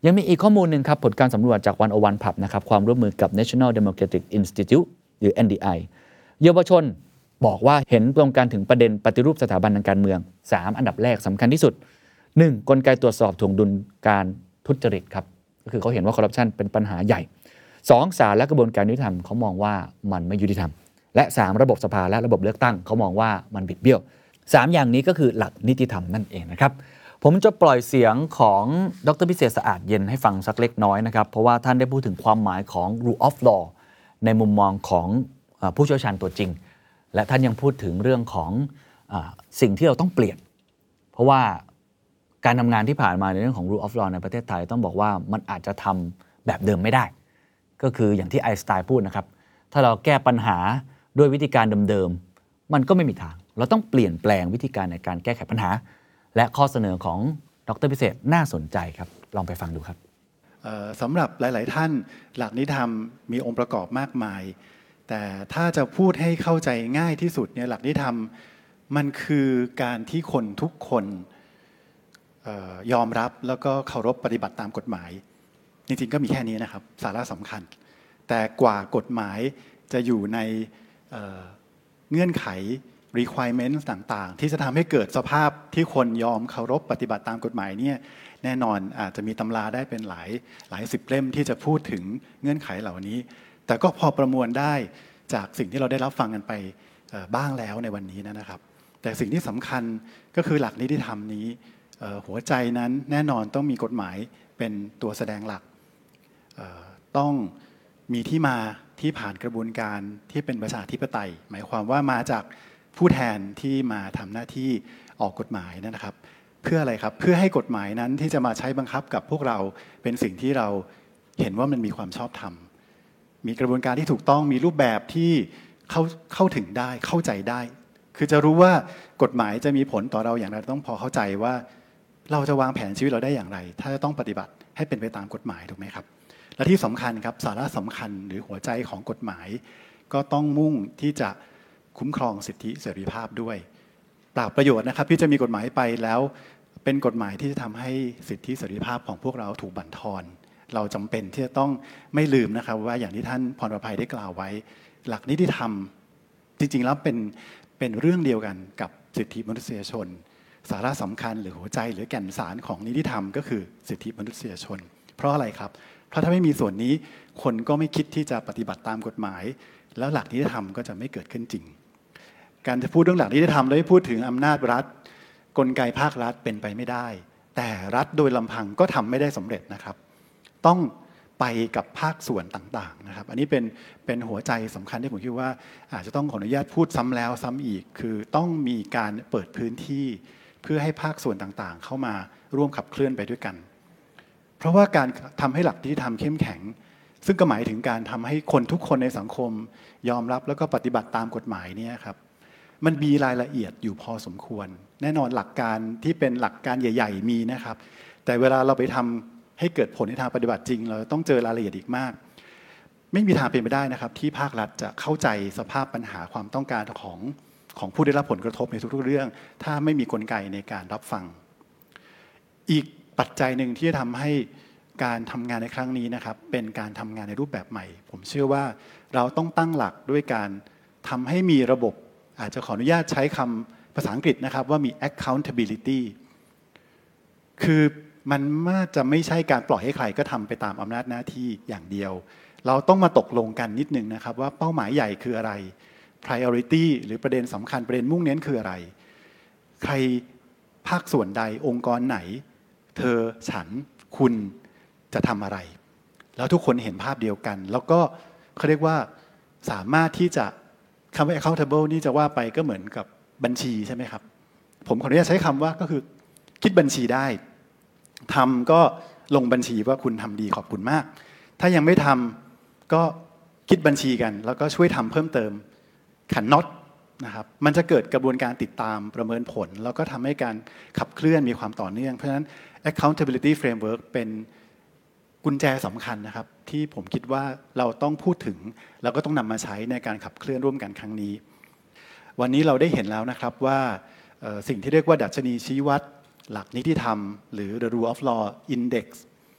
ยังมีอีกข้อมูลหนึ่งครับผลการสำรวจจากวันโอวันพับนะครับความร่วมมือกับ National Democratic Institute หรือ เอ็น ดี ไอ เยาวชนบอกว่าเห็นตรงกันถึงประเด็นปฏิรูปสถาบันทางการเมืองสามอันดับแรกสำคัญที่สุดหนึ่งกลไกตรวจสอบถ่วงดุลการทุจริตครับก็คือเขาเห็นว่าคอร์รัปชันเป็นปัญหาใหญ่สองศาลและกระบวนการยุติธรรมเขามองว่ามันไม่ยุติธรรมและสามระบบสภาและระบบเลือกตั้งเขามองว่ามันบิดเบี้ยวสามอย่างนี้ก็คือหลักนิติธรรมนั่นเองนะครับผมจะปล่อยเสียงของดร.พิเศษสะอาดเย็นให้ฟังสักเล็กน้อยนะครับเพราะว่าท่านได้พูดถึงความหมายของ rule of law ในมุมมองของผู้เชี่ยวชาญตัวจริงและท่านยังพูดถึงเรื่องของอ่าสิ่งที่เราต้องเปลี่ยนเพราะว่าการทำงานที่ผ่านมาในเรื่องของ rule of law ในประเทศไทยต้องบอกว่ามันอาจจะทำแบบเดิมไม่ได้ก็คืออย่างที่ไอน์สไตน์พูดนะครับถ้าเราแก้ปัญหาด้วยวิธีการเดิมๆมันก็ไม่มีทางเราต้องเปลี่ยนแปลงวิธีการในการแก้ไขปัญหาและข้อเสนอของดร.พิเศษน่าสนใจครับลองไปฟังดูครับสำหรับหลายๆท่านหลักนิติธรรมมีองค์ประกอบมากมายแต่ถ้าจะพูดให้เข้าใจง่ายที่สุดเนี่ยหลักนิติธรรมมันคือการที่คนทุกคนยอมรับแล้วก็เคารพปฏิบัติตามกฎหมายจริงๆก็มีแค่นี้นะครับสาระสำคัญแต่กว่ากฎหมายจะอยู่ในเงื่อนไข requirements ต่างๆที่จะทำให้เกิดสภาพที่คนยอมเคารพปฏิบัติตามกฎหมายเนี่ยแน่นอนอาจจะมีตำราได้เป็นหลายหลายสิบเล่มที่จะพูดถึงเงื่อนไขเหล่านี้แต่ก็พอประมวลได้จากสิ่งที่เราได้รับฟังกันไปบ้างแล้วในวันนี้นะครับแต่สิ่งที่สำคัญก็คือหลักนิติธรรมนี้หัวใจนั้นแน่นอนต้องมีกฎหมายเป็นตัวแสดงหลักต้องมีที่มาที่ผ่านกระบวนการที่เป็นประชาธิปไตยหมายความว่ามาจากผู้แทนที่มาทำหน้าที่ออกกฎหมายนะครับเพื่ออะไรครับเพื่อให้กฎหมายนั้นที่จะมาใช้บังคับกับพวกเราเป็นสิ่งที่เราเห็นว่ามันมีความชอบธรรมมีกระบวนการที่ถูกต้องมีรูปแบบที่เข้าเข้าถึงได้เข้าใจได้คือจะรู้ว่ากฎหมายจะมีผลต่อเราอย่างไรต้องพอเข้าใจว่าเราจะวางแผนชีวิตเราได้อย่างไรถ้าจะต้องปฏิบัติให้เป็นไปตามกฎหมายถูกไหมครับและที่สำคัญครับสาระสำคัญหรือหัวใจของกฎหมายก็ต้องมุ่งที่จะคุ้มครองสิทธิเสรีภาพด้วยเปล่าประโยชน์นะครับที่จะมีกฎหมายไปแล้วเป็นกฎหมายที่จะทำให้สิทธิเสรีภาพของพวกเราถูกบั่นทอนเราจำเป็นที่จะต้องไม่ลืมนะครับว่าอย่างที่ท่านพรประภัยได้กล่าวไว้หลักนิติธรรมจริงๆแล้วเป็นเป็นเรื่องเดียวกันกับสิทธิมนุษยชนสาระสำคัญหรือหัวใจหรือแก่นสารของนิติธรรมก็คือสิทธิมนุษยชนเพราะอะไรครับเพราะถ้าไม่มีส่วนนี้คนก็ไม่คิดที่จะปฏิบัติตามกฎหมายแล้วหลักนิติธรรมก็จะไม่เกิดขึ้นจริงการจะพูดเรื่องหลักนิติธรรมแล้วไม่พูดถึงอำนาจรัฐกลไกภาครัฐเป็นไปไม่ได้แต่รัฐโดยลำพังก็ทำไม่ได้สำเร็จนะครับต้องไปกับภาคส่วนต่างๆนะครับอันนี้เป็นเป็นหัวใจสำคัญที่ผมคิดว่าอาจจะต้องขออนุญาตพูดซ้ำแล้วซ้ำอีกคือต้องมีการเปิดพื้นที่เพื่อให้ภาคส่วนต่างๆเข้ามาร่วมขับเคลื่อนไปด้วยกันเพราะว่าการทำให้หลักนิติธรรมเข้มแข็งซึ่งก็หมายถึงการทำให้คนทุกคนในสังคมยอมรับแล้วก็ปฏิบัติตามกฎหมายเนี่ยครับมันมีรายละเอียดอยู่พอสมควรแน่นอนหลักการที่เป็นหลักการใหญ่ๆมีนะครับแต่เวลาเราไปทำให้เกิดผลในทางปฏิบัติจริงเราต้องเจอรายละเอียดอีกมากไม่มีทางเป็นไปได้นะครับที่ภาครัฐจะเข้าใจสภาพปัญหาความต้องการของของผู้ได้รับผลกระทบในทุกๆเรื่องถ้าไม่มีกลไกในการรับฟังอีกปัจจัยหนึ่งที่จะทำให้การทำงานในครั้งนี้นะครับเป็นการทำงานในรูปแบบใหม่ผมเชื่อว่าเราต้องตั้งหลักด้วยการทำให้มีระบบอาจจะขออนุญาตใช้คำภาษาอังกฤษนะครับว่ามี accountability คือมันน่าจะไม่ใช่การปล่อยให้ใครก็ทำไปตามอำนาจหน้าที่อย่างเดียวเราต้องมาตกลงกันนิดนึงนะครับว่าเป้าหมายใหญ่คืออะไร priority หรือประเด็นสำคัญประเด็นมุ่งเน้นคืออะไรใครภาคส่วนใดองค์กรไหนเธอฉันคุณจะทำอะไรแล้วทุกคนเห็นภาพเดียวกันแล้วก็เขาเรียกว่าสามารถที่จะคำว่า accountable นี่จะว่าไปก็เหมือนกับบัญชีใช่ไหมครับผมขออนุญาตใช้คำว่าก็คือคิดบัญชีได้ทำก็ลงบัญชีว่าคุณทำดีขอบคุณมากถ้ายังไม่ทำก็คิดบัญชีกันแล้วก็ช่วยทำเพิ่มเติมขันน็อตนะครับมันจะเกิดกระบวนการติดตามประเมินผลแล้วก็ทำให้การขับเคลื่อนมีความต่อเนื่องเพราะฉะนั้น accountability framework เป็นกุญแจสำคัญนะครับที่ผมคิดว่าเราต้องพูดถึงแล้วก็ต้องนำมาใช้ในการขับเคลื่อนร่วมกันครั้งนี้วันนี้เราได้เห็นแล้วนะครับว่าสิ่งที่เรียกว่าดัชนีชี้วัดหลักนิติธรรมหรือ the rule of law index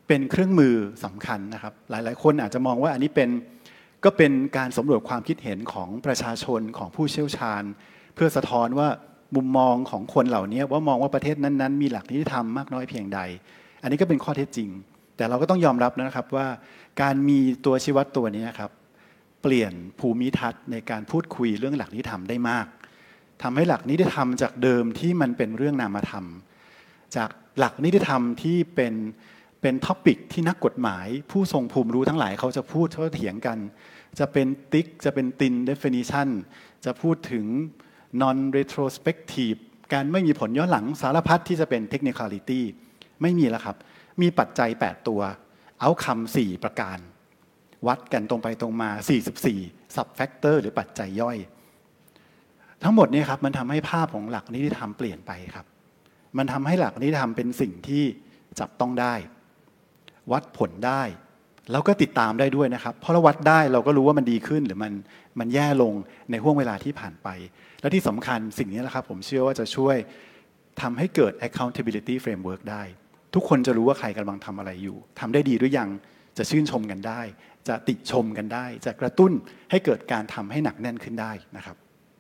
เป็นเครื่องมือสำคัญนะครับหลายๆคนอาจจะมองว่าอันนี้เป็นก็เป็นการสำรวจความคิดเห็นของประชาชนของผู้เชี่ยวชาญเพื่อสะท้อนว่ามุมมองของคนเหล่านี้ว่ามองว่าประเทศนั้นๆมีหลักนิติธรรมมากน้อยเพียงใดอันนี้ก็เป็นข้อเท็จจริงแต่เราก็ต้องยอมรับนะครับว่าการมีตัวชี้วัดตัวนี้ครับเปลี่ยนภูมิทัศน์ในการพูดคุยเรื่องหลักนิติธรรมได้มากทำให้หลักนิติธรรมจากเดิมที่มันเป็นเรื่องนามธรรมจากหลักนิติธรรมที่เป็นเป็นท็อปิกที่นักกฎหมายผู้ทรงภูมิรู้ทั้งหลายเขาจะพูดเขาเถียงกันจะเป็นติ๊กจะเป็นติน definition จะพูดถึง non retrospective การไม่มีผลย้อนหลังสารพัดที่จะเป็น technicality ไม่มีแล้วครับมีปัจจัยแปดตัวเอาคำสี่ประการวัดกันตรงไปตรงมาสี่สิบสี่ sub factor หรือปัจจัยย่อยทั้งหมดนี้ครับมันทำให้ภาพของหลักนิติธรรมเปลี่ยนไปครับมันทำให้หลักนิติธรรมเป็นสิ่งที่จับต้องได้วัดผลได้แล้วก็ติดตามได้ด้วยนะครับเพราะเราวัดได้เราก็รู้ว่ามันดีขึ้นหรือมันมันแย่ลงในห่วงเวลาที่ผ่านไปและที่สำคัญสิ่งนี้แหละครับผมเชื่อว่าจะช่วยทำให้เกิด accountability framework ได้ทุกคนจะรู้ว่าใครกำลังทำอะไรอยู่ทำได้ดีหรือยังจะชื่นชมกันได้จะติชมกันได้จะกระตุ้นให้เกิดการทำให้หนักแน่นขึ้นได้นะครับ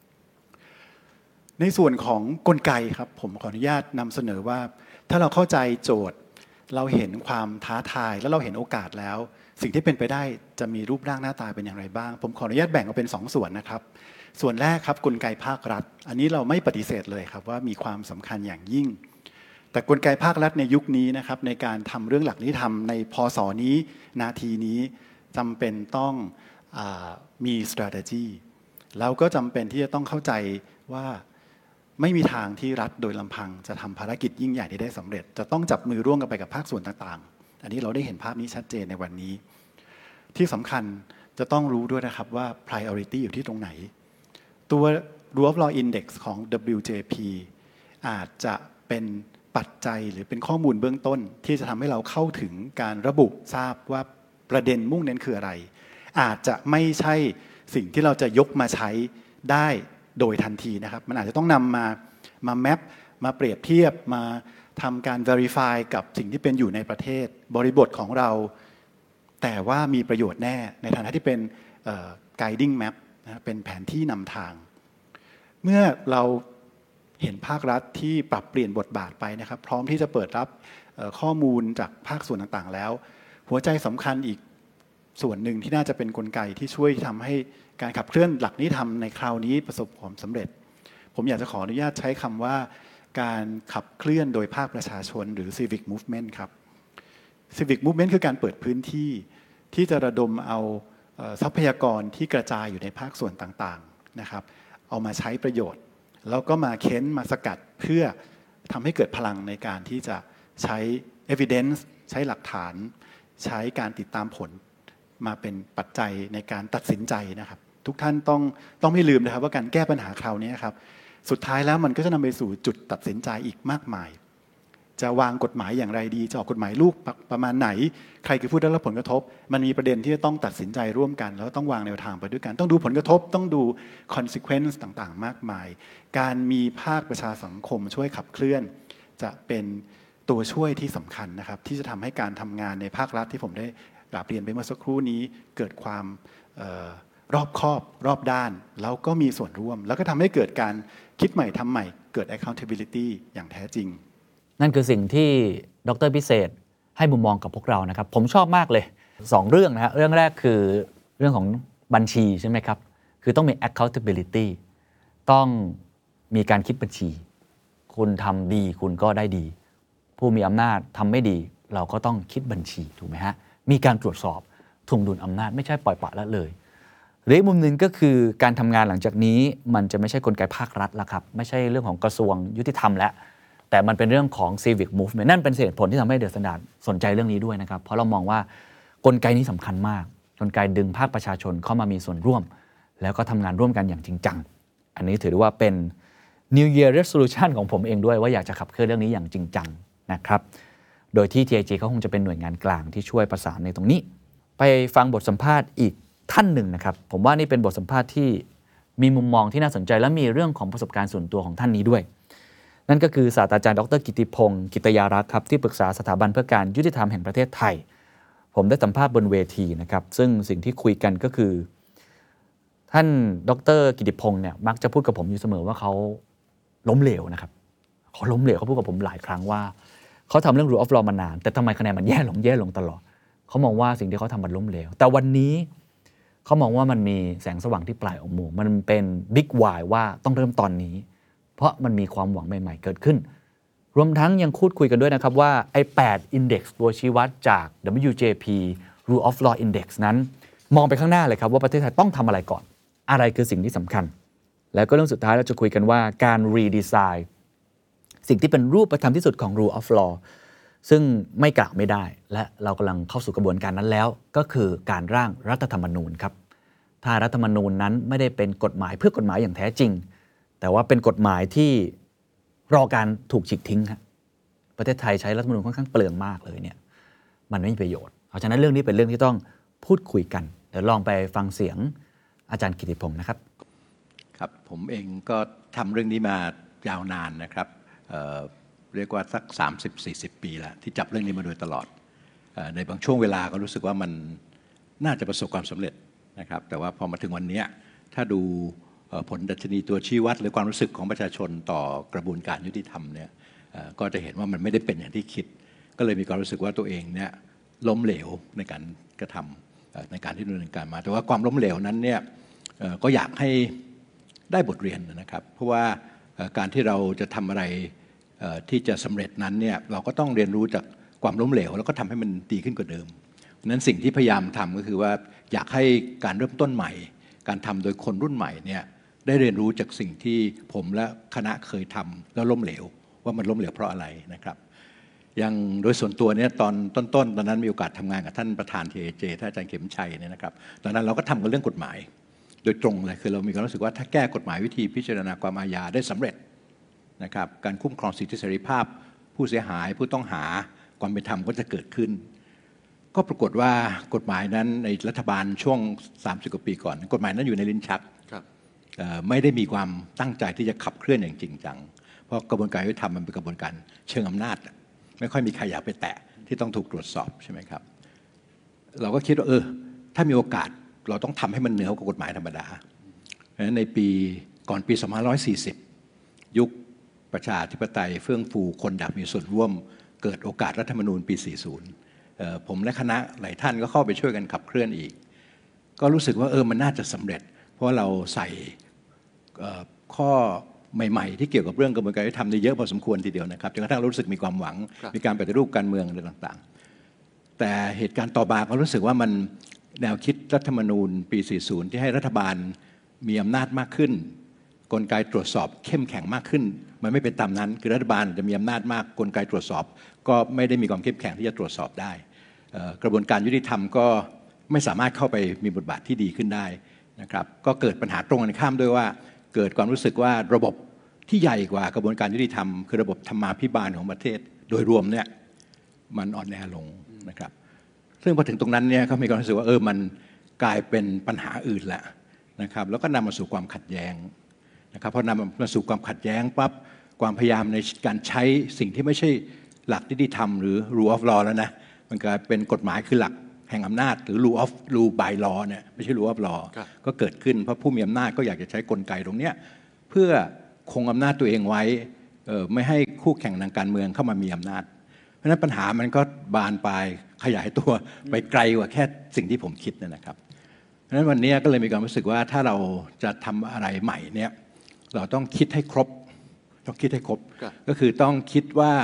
ในส่วนของกลไกครับผมขออนุญาตนำเสนอว่าถ้าเราเข้าใจโจทย์เราเห็นความท้าทายแล้วเราเห็นโอกาสแล้วสิ่งที่เป็นไปได้จะมีรูปร่างหน้าตาเป็นอย่างไรบ้างผมขออนุญาตแบ่งออกเป็นสองส่วนนะครับส่วนแรกครับกลไกภาครัฐอันนี้เราไม่ปฏิเสธเลยครับว่ามีความสำคัญอย่างยิ่งแต่กลไกภาครัฐในยุคนี้นะครับในการทำเรื่องหลักนิติธรรมในพศนี้นาทีนี้จำเป็นต้องอามี strategy แล้วก็จำเป็นที่จะต้องเข้าใจว่าไม่มีทางที่รัฐโดยลำพังจะทำภารกิจยิ่งใหญ่ที่ได้สำเร็จจะต้องจับมือร่วมกันไปกับภาคส่วนต่างๆอันนี้เราได้เห็นภาพนี้ชัดเจนในวันนี้ที่สำคัญจะต้องรู้ด้วยนะครับว่า priority อยู่ที่ตรงไหนตัว Rule of Law Index ของ ดับเบิลยู เจ พี อาจจะเป็นปัจจัยหรือเป็นข้อมูลเบื้องต้นที่จะทำให้เราเข้าถึงการระบุทราบว่าประเด็นมุ่งเน้นคืออะไรอาจจะไม่ใช่สิ่งที่เราจะยกมาใช้ได้โดยทันทีนะครับมันอาจจะต้องนำมามาแมปมาเปรียบเทียบมาทำการ verify กับสิ่งที่เป็นอยู่ในประเทศบริบทของเราแต่ว่ามีประโยชน์แน่ในฐานะที่เป็น guiding map นะเป็นแผนที่นำทางเมื่อเราเห็นภาครัฐที่ปรับเปลี่ยนบทบาทไปนะครับพร้อมที่จะเปิดรับข้อมูลจากภาคส่วนต่างๆแล้วหัวใจสำคัญอีกส่วนหนึ่งที่น่าจะเป็นกลไกที่ช่วยทำให้การขับเคลื่อนหลักนิติธรรมในคราวนี้ประสบความสำเร็จผมอยากจะขออนุญาตใช้คำว่าการขับเคลื่อนโดยภาคประชาชนหรือ civic movement ครับ civic movement คือการเปิดพื้นที่ที่จะระดมเอาทรัพยากรที่กระจายอยู่ในภาคส่วนต่างๆนะครับเอามาใช้ประโยชน์แล้วก็มาเค้นมาสกัดเพื่อทำให้เกิดพลังในการที่จะใช้ evidence ใช้หลักฐานใช้การติดตามผลมาเป็นปัจจัยในการตัดสินใจนะครับทุกท่านต้องต้องไม่ลืมนะครับว่าการแก้ปัญหาคราวนี้ครับสุดท้ายแล้วมันก็จะนำไปสู่จุดตัดสินใจอีกมากมายจะวางกฎหมายอย่างไรดีจะออกกฎหมายลูกประมาณไหนใครคือผู้ได้รับผลกระทบมันมีประเด็นที่จะต้องตัดสินใจร่วมกันแล้วต้องวางแนวทางไปด้วยกันต้องดูผลกระทบต้องดู consequence ต่างๆมากมายการมีภาคประชาสังคมช่วยขับเคลื่อนจะเป็นตัวช่วยที่สำคัญนะครับที่จะทำให้การทำงานในภาครัฐที่ผมได้กราบเรียนไปเมื่อสักครู่นี้เกิดความเอ่อรอบคอบรอบด้านแล้วก็มีส่วนร่วมแล้วก็ทำให้เกิดการคิดใหม่ทำใหม่เกิด accountability อย่างแท้จริงนั่นคือสิ่งที่ดร.พิเศษให้มุมมองกับพวกเรานะครับผมชอบมากเลยสองเรื่องนะฮะเรื่องแรกคือเรื่องของบัญชีใช่ไหมครับคือต้องมี accountability ต้องมีการคิดบัญชีคุณทำดีคุณก็ได้ดีผู้มีอำนาจทำไม่ดีเราก็ต้องคิดบัญชีถูกไหมฮะมีการตรวจสอบถ่วงดุลอำนาจไม่ใช่ปล่อยปละละเลยหรืออีกมุมหนึ่งก็คือการทำงานหลังจากนี้มันจะไม่ใช่กลไกภาครัฐแล้วครับไม่ใช่เรื่องของกระทรวงยุติธรรมแล้วแต่มันเป็นเรื่องของ civic movement นั่นเป็นเหตุผลที่ทำให้เดอะสแตนดาร์ดสนใจเรื่องนี้ด้วยนะครับเพราะเรามองว่ากลไกนี้สำคัญมากกลไกดึงภาคประชาชนเข้ามามีส่วนร่วมแล้วก็ทำงานร่วมกันอย่างจริงจังอันนี้ถือได้ว่าเป็น New Year Resolution ของผมเองด้วยว่าอยากจะขับเคลื่อนเรื่องนี้อย่างจริงจังนะครับโดยที่ ที ไอ จี เขาคงจะเป็นหน่วยงานกลางที่ช่วยประสานในตรงนี้ไปฟังบทสัมภาษณ์อีกท่านหนึ่งนะครับผมว่านี่เป็นบทสัมภาษณ์ที่มีมุมมองที่น่าสนใจและมีเรื่องของประสบการณ์ส่วนตัวของท่านนี้ด้วยนั่นก็คือศาสตราจารย์ดรกิติพงศ์กิตยารักษ์ครับที่ปรึกษาสถาบันเพื่อการยุติธรรมแห่งประเทศไทยผมได้สัมภาษณ์บนเวทีนะครับซึ่งสิ่งที่คุยกันก็คือท่านดรกิติพงศ์เนี่ยมักจะพูดกับผมอยู่เสมอว่าเขาล้มเหลวนะครับเขาล้มเหลวเขาพูดกับผมหลายครั้งว่าเขาทำเรื่อง rule of law มานานแต่ทำไมคะแนนมันแย่ลงแย่ลงตลอดเขามองว่าสิ่งที่เขาทำมันล้มเหลวแต่วันนี้เขามองว่ามันมีแสงสว่างที่ปลายอุโมงค์มันเป็นบิ๊กวายว่าต้องเริ่มตอนนี้เพราะมันมีความหวังใหม่ๆเกิดขึ้นรวมทั้งยังพูดคุยกันด้วยนะครับว่าไอ้แปด Index ตัวชี้วัดจาก ดับเบิลยู เจ พี Rule of Law Index นั้นมองไปข้างหน้าเลยครับว่าประเทศไทยต้องทำอะไรก่อนอะไรคือสิ่งที่สำคัญแล้วก็เรื่องสุดท้ายเราจะคุยกันว่าการรีดีไซน์สิ่งที่เป็นรูปธรรมที่สุดของ Rule of Law ซึ่งไม่กล่าวไม่ได้และเรากำลังเข้าสู่กระบวนการนั้นแล้วก็คือการร่างรัฐธรรมนูญครับถ้ารัฐธรรมนูญนั้นไม่ได้เป็นกฎหมายเพื่อกฎหมายอย่างแท้จริงแต่ว่าเป็นกฎหมายที่รอการถูกฉีกทิ้งครับประเทศไทยใช้รัฐธรรมนูญค่อนข้างเปลืองมากเลยเนี่ยมันไม่มีประโยชน์เพราะฉะนั้นเรื่องนี้เป็นเรื่องที่ต้องพูดคุยกันเดี๋ยวลองไปฟังเสียงอาจารย์กิติพงศ์นะครับครับผมเองก็ทำเรื่องนี้มายาวนานนะครับ เอ่อ เรียกว่าสัก สามสิบถึงสี่สิบ ปีแล้วที่จับเรื่องนี้มาโดยตลอดเอ่อในบางช่วงเวลาก็รู้สึกว่ามันน่าจะประสบความสำเร็จนะครับแต่ว่าพอมาถึงวันนี้ถ้าดูผลดัชนีตัวชี้วัดหรือความรู้สึกของประชาชนต่อกระบวนการยุติธรรมเนี่ยก็จะเห็นว่ามันไม่ได้เป็นอย่างที่คิดก็เลยมีความรู้สึกว่าตัวเองเนี่ยล้มเหลวในการกระทำในการที่ดำเนินการมาแต่ว่าความล้มเหลวนั้นเนี่ยก็อยากให้ได้บทเรียนนะครับเพราะว่าการที่เราจะทำอะไรที่จะสำเร็จนั้นเนี่ยเราก็ต้องเรียนรู้จากความล้มเหลวแล้วก็ทำให้มันดีขึ้นกว่าเดิมนั้นสิ่งที่พยายามทำก็คือว่าอยากให้การเริ่มต้นใหม่การทำโดยคนรุ่นใหม่เนี่ยได้เรียนรู้จากสิ่งที่ผมและคณะเคยทำแล้วล้มเหลวว่ามันล้มเหลวเพราะอะไรนะครับอย่างโดยส่วนตัวเนี่ยตอนต้นๆ ต, ตอนนั้นมีโอกาสทำงานกับท่านประธาน ที เอ เจ ท่านอาจารย์เข็มชัยเนี่ยนะครับตอนนั้นเราก็ทำกันเรื่องกฎหมายโดยตรงเลยคือเรามีความรู้สึกว่าถ้าแก้กฎหมายวิธีพิจารณาความอาญาได้สำเร็จนะครับการคุ้มครองสิทธิเสรีภาพผู้เสียหายผู้ต้องหาความเป็นธรรมก็จะเกิดขึ้นก็ปรากฏว่ากฎหมายนั้นในรัฐบาลช่วงสามสิบกว่าปีก่อนกฎหมายนั้นอยู่ในลิ้นชักไม่ได้มีความตั้งใจที่จะขับเคลื่อนอย่างจริงจังเพราะกระบวนการยุติธรรมมันเป็นกระบวนการเชิงอำนาจไม่ค่อยมีใครอยากไปแตะที่ต้องถูกตรวจสอบใช่ไหมครับเราก็คิดว่าเออถ้ามีโอกาสเราต้องทำให้มันเหนือกว่ากฎหมายธรรมดาเพราะฉะนั้นในปีก่อนปีสองพันห้าร้อยสี่สิบยุคประชาธิปไตยเฟื่องฟูคนอยากมีส่วนร่วมเกิดโอกาสรัฐธรรมนูญปีสี่สิบผมและคณะหลายท่านก็เข้าไปช่วยกันขับเคลื่อนอีกก็รู้สึกว่าเออมันน่าจะสำเร็จเพราะเราใส่ข้อใหม่ๆที่เกี่ยวกับเรื่องกระบวนการยุติธรรมได้เยอะพอสมควรทีเดียวนะครับจนกระทั่งรู้สึกมีความหวังมีการปฏิรูปการเมืองอะไรต่างๆแต่เหตุการณ์ต่อมาก็รู้สึกว่ามันแนวคิดรัฐธรรมนูญปีสี่สิบที่ให้รัฐบาลมีอำนาจมากขึ้นกลไกตรวจสอบเข้มแข็งมากขึ้นมันไม่เป็นตามนั้นคือรัฐบาลจะมีอำนาจมากกลไกตรวจสอบก็ไม่ได้มีความเข้มแข็งที่จะตรวจสอบได้กระบวนการยุติธรรมก็ไม่สามารถเข้าไปมีบทบาทที่ดีขึ้นได้นะครับก็เกิดปัญหาตรงกันข้ามด้วยว่าเกิดความรู้สึกว่าระบบที่ใหญ่กว่ากระบวนการยุติธรรมคือระบบธรรมาภิบาลของประเทศโดยรวมเนี่ยมันอ่อนแอลงนะครับซึ่งพอถึงตรงนั้นเนี่ยก็มีความรู้สึกว่าเออมันกลายเป็นปัญหาอื่นละนะครับแล้วก็นำมาสู่ความขัดแย้งนะครับพอนำมาสู่ความขัดแย้งปั๊บความพยายามในการใช้สิ่งที่ไม่ใช่หลักนิติธรรมหรือ rule of law แล้วนะมันกลายเป็นกฎหมายคือหลักแห่งอำนาจหรือ rule of rule by law เนี่ยไม่ใช่ rule of law ก็เกิดขึ้นเพราะผู้มีอำนาจก็อยากจะใช้กลไกตรงเนี้ยเพื่อคงอำนาจตัวเองไว้ไม่ให้คู่แข่งทางการเมืองเข้ามามีอำนาจเพราะฉะนั้นปัญหามันก็บานปลายขยายตัวไปไกลกว่าแค่สิ่งที่ผมคิดนะครับเพราะฉะนั้นวันนี้ก็เลยมีความรู้สึกว่าถ้าเราจะทำอะไรใหม่เนี่ยเราต้องคิดให้ครบต้องคิดให้ครบก็คือต้องคิดว่า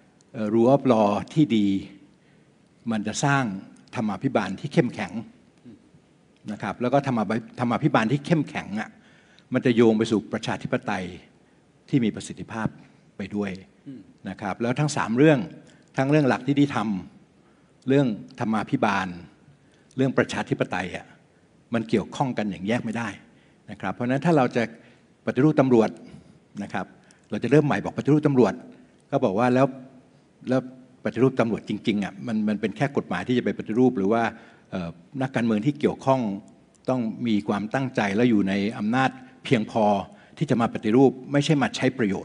rule of law ที่ดีมันจะสร้างธรรมาภิบาลที่เข้มแข็งนะครับแล้วก็ธรรมาธรรมาภิบาลที่เข้มแข็งอ่ะมันจะโยงไปสู่ประชาธิปไตยที่มีประสิทธิภาพไปด้วยนะครับแล้วทั้งสามเรื่องทั้งเรื่องหลักนิติธรรมเรื่องธรรมาภิบาลเรื่องประชาธิปไตยอ่ะมันเกี่ยวข้องกันอย่างแยกไม่ได้นะครับเพราะฉะนั้นถ้าเราจะปฏิรูปตำรวจนะครับเราจะเริ่มใหม่บอกปฏิรูปตำรวจก็บอกว่าแล้วแล้วปฏิรูปตำรวจจริงๆอ่ะมันมันเป็นแค่กฎหมายที่จะไปปฏิรูปหรือว่านักการเมืองที่เกี่ยวข้องต้องมีความตั้งใจและอยู่ในอำนาจเพียงพอที่จะมาปฏิรูปไม่ใช่มาใช้ประโยชน์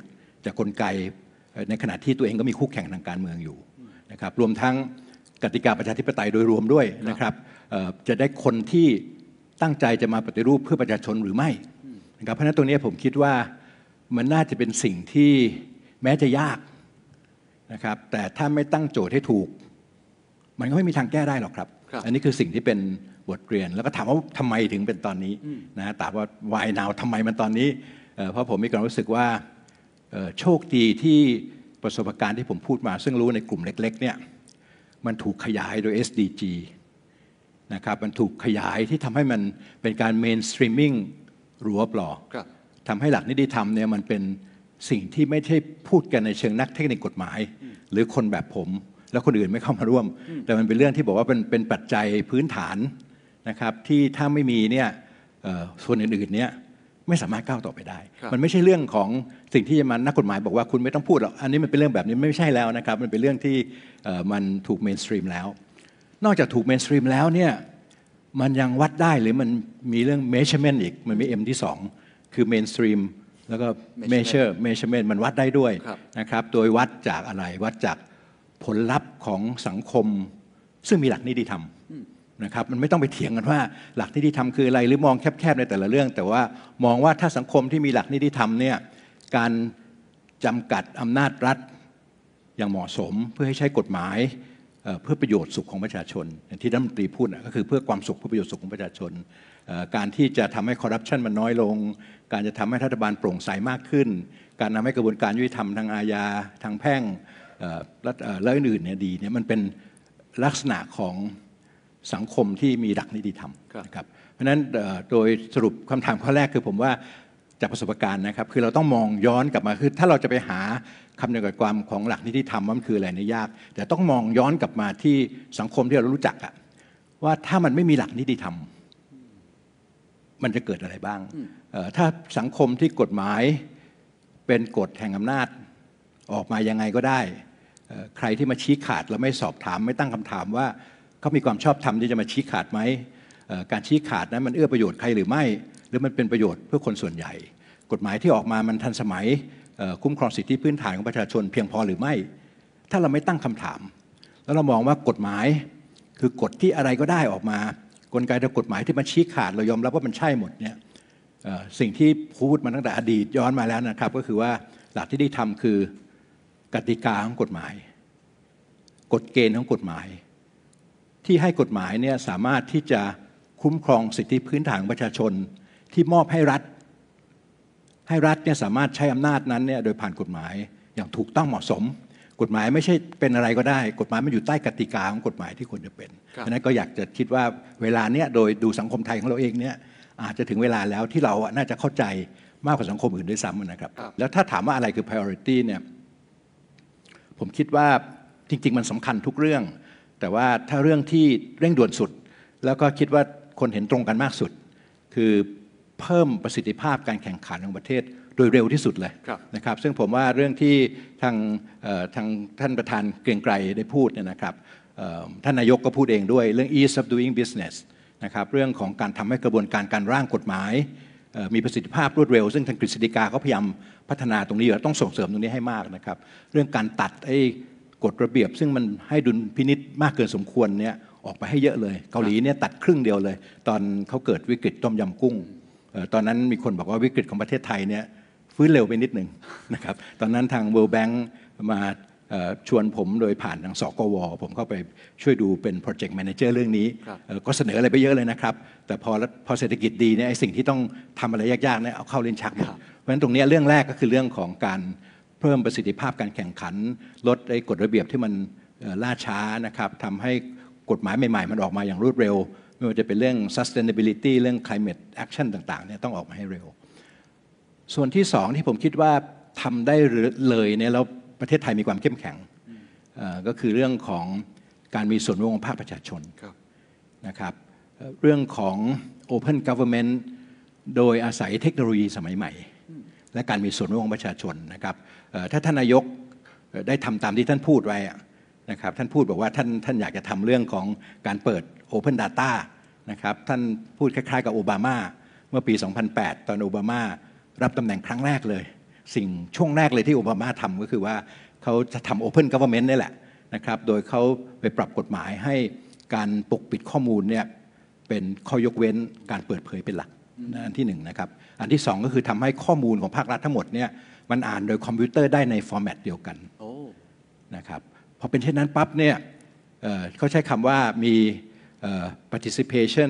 จากกลไกในขณะที่ตัวเองก็มีคู่แข่งทางการเมืองอยู่นะครับรวมทั้งกติกาประชาธิปไตยโดยรวมด้วยนะครับจะได้คนที่ตั้งใจจะมาปฏิรูปเพื่อประชาชนหรือไม่นะครับเพราะฉะนั้นตรงนี้ผมคิดว่ามันน่าจะเป็นสิ่งที่แม้จะยากนะครับแต่ถ้าไม่ตั้งโจทย์ให้ถูกมันก็ไม่มีทางแก้ได้หรอกครับอันนี้คือสิ่งที่เป็นบทเรียนแล้วก็ถามว่าทำไมถึงเป็นตอนนี้นะแต่ว่า why now ทำไมมันตอนนี้เพราะผมมีความรู้สึกว่าโชคดีที่ประสบการณ์ที่ผมพูดมาซึ่งรู้ในกลุ่มเล็กๆเนี่ยมันถูกขยายโดย เอส ดี จี นะครับมันถูกขยายที่ทำให้มันเป็นการ mainstreaming รั้วปลอทำให้หลักนิติธรรมเนี่ยมันเป็นสิ่งที่ไม่ใช่พูดกันในเชิงนักเทคนิคกฎหมายหรือคนแบบผมแล้วคนอื่นไม่เข้ามาร่วมแต่มันเป็นเรื่องที่บอกว่าเป็นเป็นปัจจัยพื้นฐานนะครับที่ถ้าไม่มีเนี่ยส่วนอื่นๆเนี่ยไม่สามารถก้าวต่อไปได้มันไม่ใช่เรื่องของสิ่งที่จะมานักกฎหมายบอกว่าคุณไม่ต้องพูดหรอกอันนี้มันเป็นเรื่องแบบนี้ไม่ใช่แล้วนะครับมันเป็นเรื่องที่มันถูกเมนสตรีมแล้วนอกจากถูกเมนสตรีมแล้วเนี่ยมันยังวัดได้หรือมันมีเรื่อง measurement อีกมันมี M ที่สองคือ mainstream แล้วก็ measure measurement มันวัดได้ด้วยนะครับโดยวัดจากอะไรวัดจากผลลัพธ์ของสังคมซึ่งมีหลักนิติธรรมนะครับมันไม่ต้องไปเถียงกันว่าหลักนิติธรรมคืออะไรหรือมองแคบๆในแต่ละเรื่องแต่ว่ามองว่าถ้าสังคมที่มีหลักนิติธรรมเนี่ยการจำกัดอำนาจรัฐอย่างเหมาะสมเพื่อให้ใช้กฎหมายเพื่อประโยชน์สุขของประชาชนอย่างที่รัฐมนตรีพูดก็คือเพื่อความสุขเพื่อประโยชน์สุขของประชาชนการที่จะทำให้คอร์รัปชันมันน้อยลงการจะทำให้รัฐบาลโปร่งใสมากขึ้นการทำให้กระบวนการยุติธรรมทางอาญาทางแพ่งและอื่นๆเนี่ยดีเนี่ยมันเป็นลักษณะของสังคมที่มีหลักนิติธรรมนะครับเพราะฉะนั้นโดยสรุปคำถามข้อแรกคือผมว่าจากประสบการณ์นะครับคือเราต้องมองย้อนกลับมาคือถ้าเราจะไปหาคำจำกัดความของหลักนิติธรรมว่ามันคืออะไรเนี่ยยากแต่ต้องมองย้อนกลับมาที่สังคมที่เรารู้จักอะว่าถ้ามันไม่มีหลักนิติธรรมมันจะเกิดอะไรบ้างถ้าสังคมที่กฎหมายเป็นกฎแห่งอำนาจออกมายังไงก็ได้ใครที่มาชี้ขาดเราไม่สอบถามไม่ตั้งคำถามว่าเขามีความชอบธรรมที่จะมาชี้ขาดไหมการชี้ขาดนั้นมันเอื้อประโยชน์ใครหรือไม่หรือมันเป็นประโยชน์เพื่อคนส่วนใหญ่กฎหมายที่ออกมามันทันสมัยคุ้มครองสิทธิพื้นฐานของประชาชนเพียงพอหรือไม่ถ้าเราไม่ตั้งคำถามแล้วเรามองว่ากฎหมายคือกฎที่อะไรก็ได้ออกมากลไกทางกฎหมายที่มันชี้ขาดเรายอมรับว่ามันใช่หมดเนี่ยสิ่งที่พูดมาตั้งแต่อดีตย้อนมาแล้วนะครับก็คือว่าหลักที่ได้ทำคือกติกาของกฎหมายกฎเกณฑ์ของกฎหมายที่ให้กฎหมายเนี่ยสามารถที่จะคุ้มครองสิทธิพื้นฐานของประชาชนที่มอบให้รัฐให้รัฐเนี่ยสามารถใช้อำนาจนั้นเนี่ยโดยผ่านกฎหมายอย่างถูกต้องเหมาะสมกฎหมายไม่ใช่เป็นอะไรก็ได้กฎหมายมันอยู่ใต้กติกาของกฎหมายที่ควรจะเป็นฉะนั้นก็อยากจะคิดว่าเวลาเนี้ยโดยดูสังคมไทยของเราเองเนี่ยอาจจะถึงเวลาแล้วที่เราน่าจะเข้าใจมากกว่าสังคมอื่นด้วยซ้ำนะครับแล้วถ้าถามว่าอะไรคือ priority เนี่ยผมคิดว่าจริงๆมันสำคัญทุกเรื่องแต่ว่าถ้าเรื่องที่เร่งด่วนสุดแล้วก็คิดว่าคนเห็นตรงกันมากสุดคือเพิ่มประสิทธิภาพการแข่งขันของประเทศโดยเร็วที่สุดเลยนะครับซึ่งผมว่าเรื่องที่ทางทางท่านประธานเกรียงไกรได้พูดเนี่ยนะครับท่านนายกก็พูดเองด้วยเรื่อง ease of doing business นะครับเรื่องของการทำให้กระบวนการการร่างกฎหมายมีประสิทธิภาพรวดเร็วซึ่งทางกฤษฎีกาเขาพยายามพัฒนาตรงนี้อยู่ต้องส่งเสริมตรงนี้ให้มากนะครับเรื่องการตัดไอ้กฎระเบียบซึ่งมันให้ดุลพินิจมากเกินสมควรเนี่ยออกไปให้เยอะเลยเกาหลีเนี่ยตัดครึ่งเดียวเลยตอนเขาเกิดวิกฤตต้มยำกุ้งตอนนั้นมีคนบอกว่าวิกฤตของประเทศไทยเนี่ยฟื้นเร็วไปนิดนึงนะครับตอนนั้นทาง World Bank มาชวนผมโดยผ่านทางสกวผมเข้าไปช่วยดูเป็นโปรเจกต์แมเนเจอร์เรื่องนี้ก็เสนออะไรไปเยอะเลยนะครับแต่พอพอเศรษฐกิจดีเนี่ยไอ้สิ่งที่ต้องทำอะไรยากๆเนี่ยเอาเข้าเล่นชักหมดเพราะฉะนั้นตรงนี้เรื่องแรกก็คือเรื่องของการเพิ่มประสิทธิภาพการแข่งขันลดไอ้กฎระเบียบที่มันล่าช้านะครับทำให้กฎหมายใหม่ๆมันออกมาอย่างรวดเร็วไม่ว่าจะเป็นเรื่อง sustainability เรื่อง climate action ต่างๆเนี่ยต้องออกมาให้เร็วส่วนที่สองที่ผมคิดว่าทำได้เลยเนี่ยแล้วประเทศไทยมีความเข้มแข็งก็คือเรื่องของการมีส่วนร่วมของภาคประชาชนนะครับเรื่องของ open government โดยอาศัยเทคโนโลยีสมัยใหม่และการมีส่วนร่วมของประชาชนนะครับถ้าท่านนายกได้ทำตามที่ท่านพูดไว้นะครับท่านพูดบอกว่าท่านท่านอยากจะทำเรื่องของการเปิด Open Data นะครับท่านพูดคล้ายๆกับโอบามาเมื่อปี สองพันแปด ตอนโอบามารับตำแหน่งครั้งแรกเลยสิ่งช่วงแรกเลยที่โอบามาทำก็คือว่าเขาจะทำ Open Government นี่แหละนะครับโดยเขาไปปรับกฎหมายให้การปกปิดข้อมูลเนี่ยเป็นข้อยกเว้นการเปิดเผยเป็นหลักอันที่หนึ่งนะครับอันที่สองก็คือทำให้ข้อมูลของภาครัฐทั้งหมดเนี่ยมันอ่านโดยคอมพิวเตอร์ได้ในฟอร์แมตเดียวกันนะครับพอเป็นเช่นนั้นปั๊บเนี่ยเขาใช้คำว่ามี participation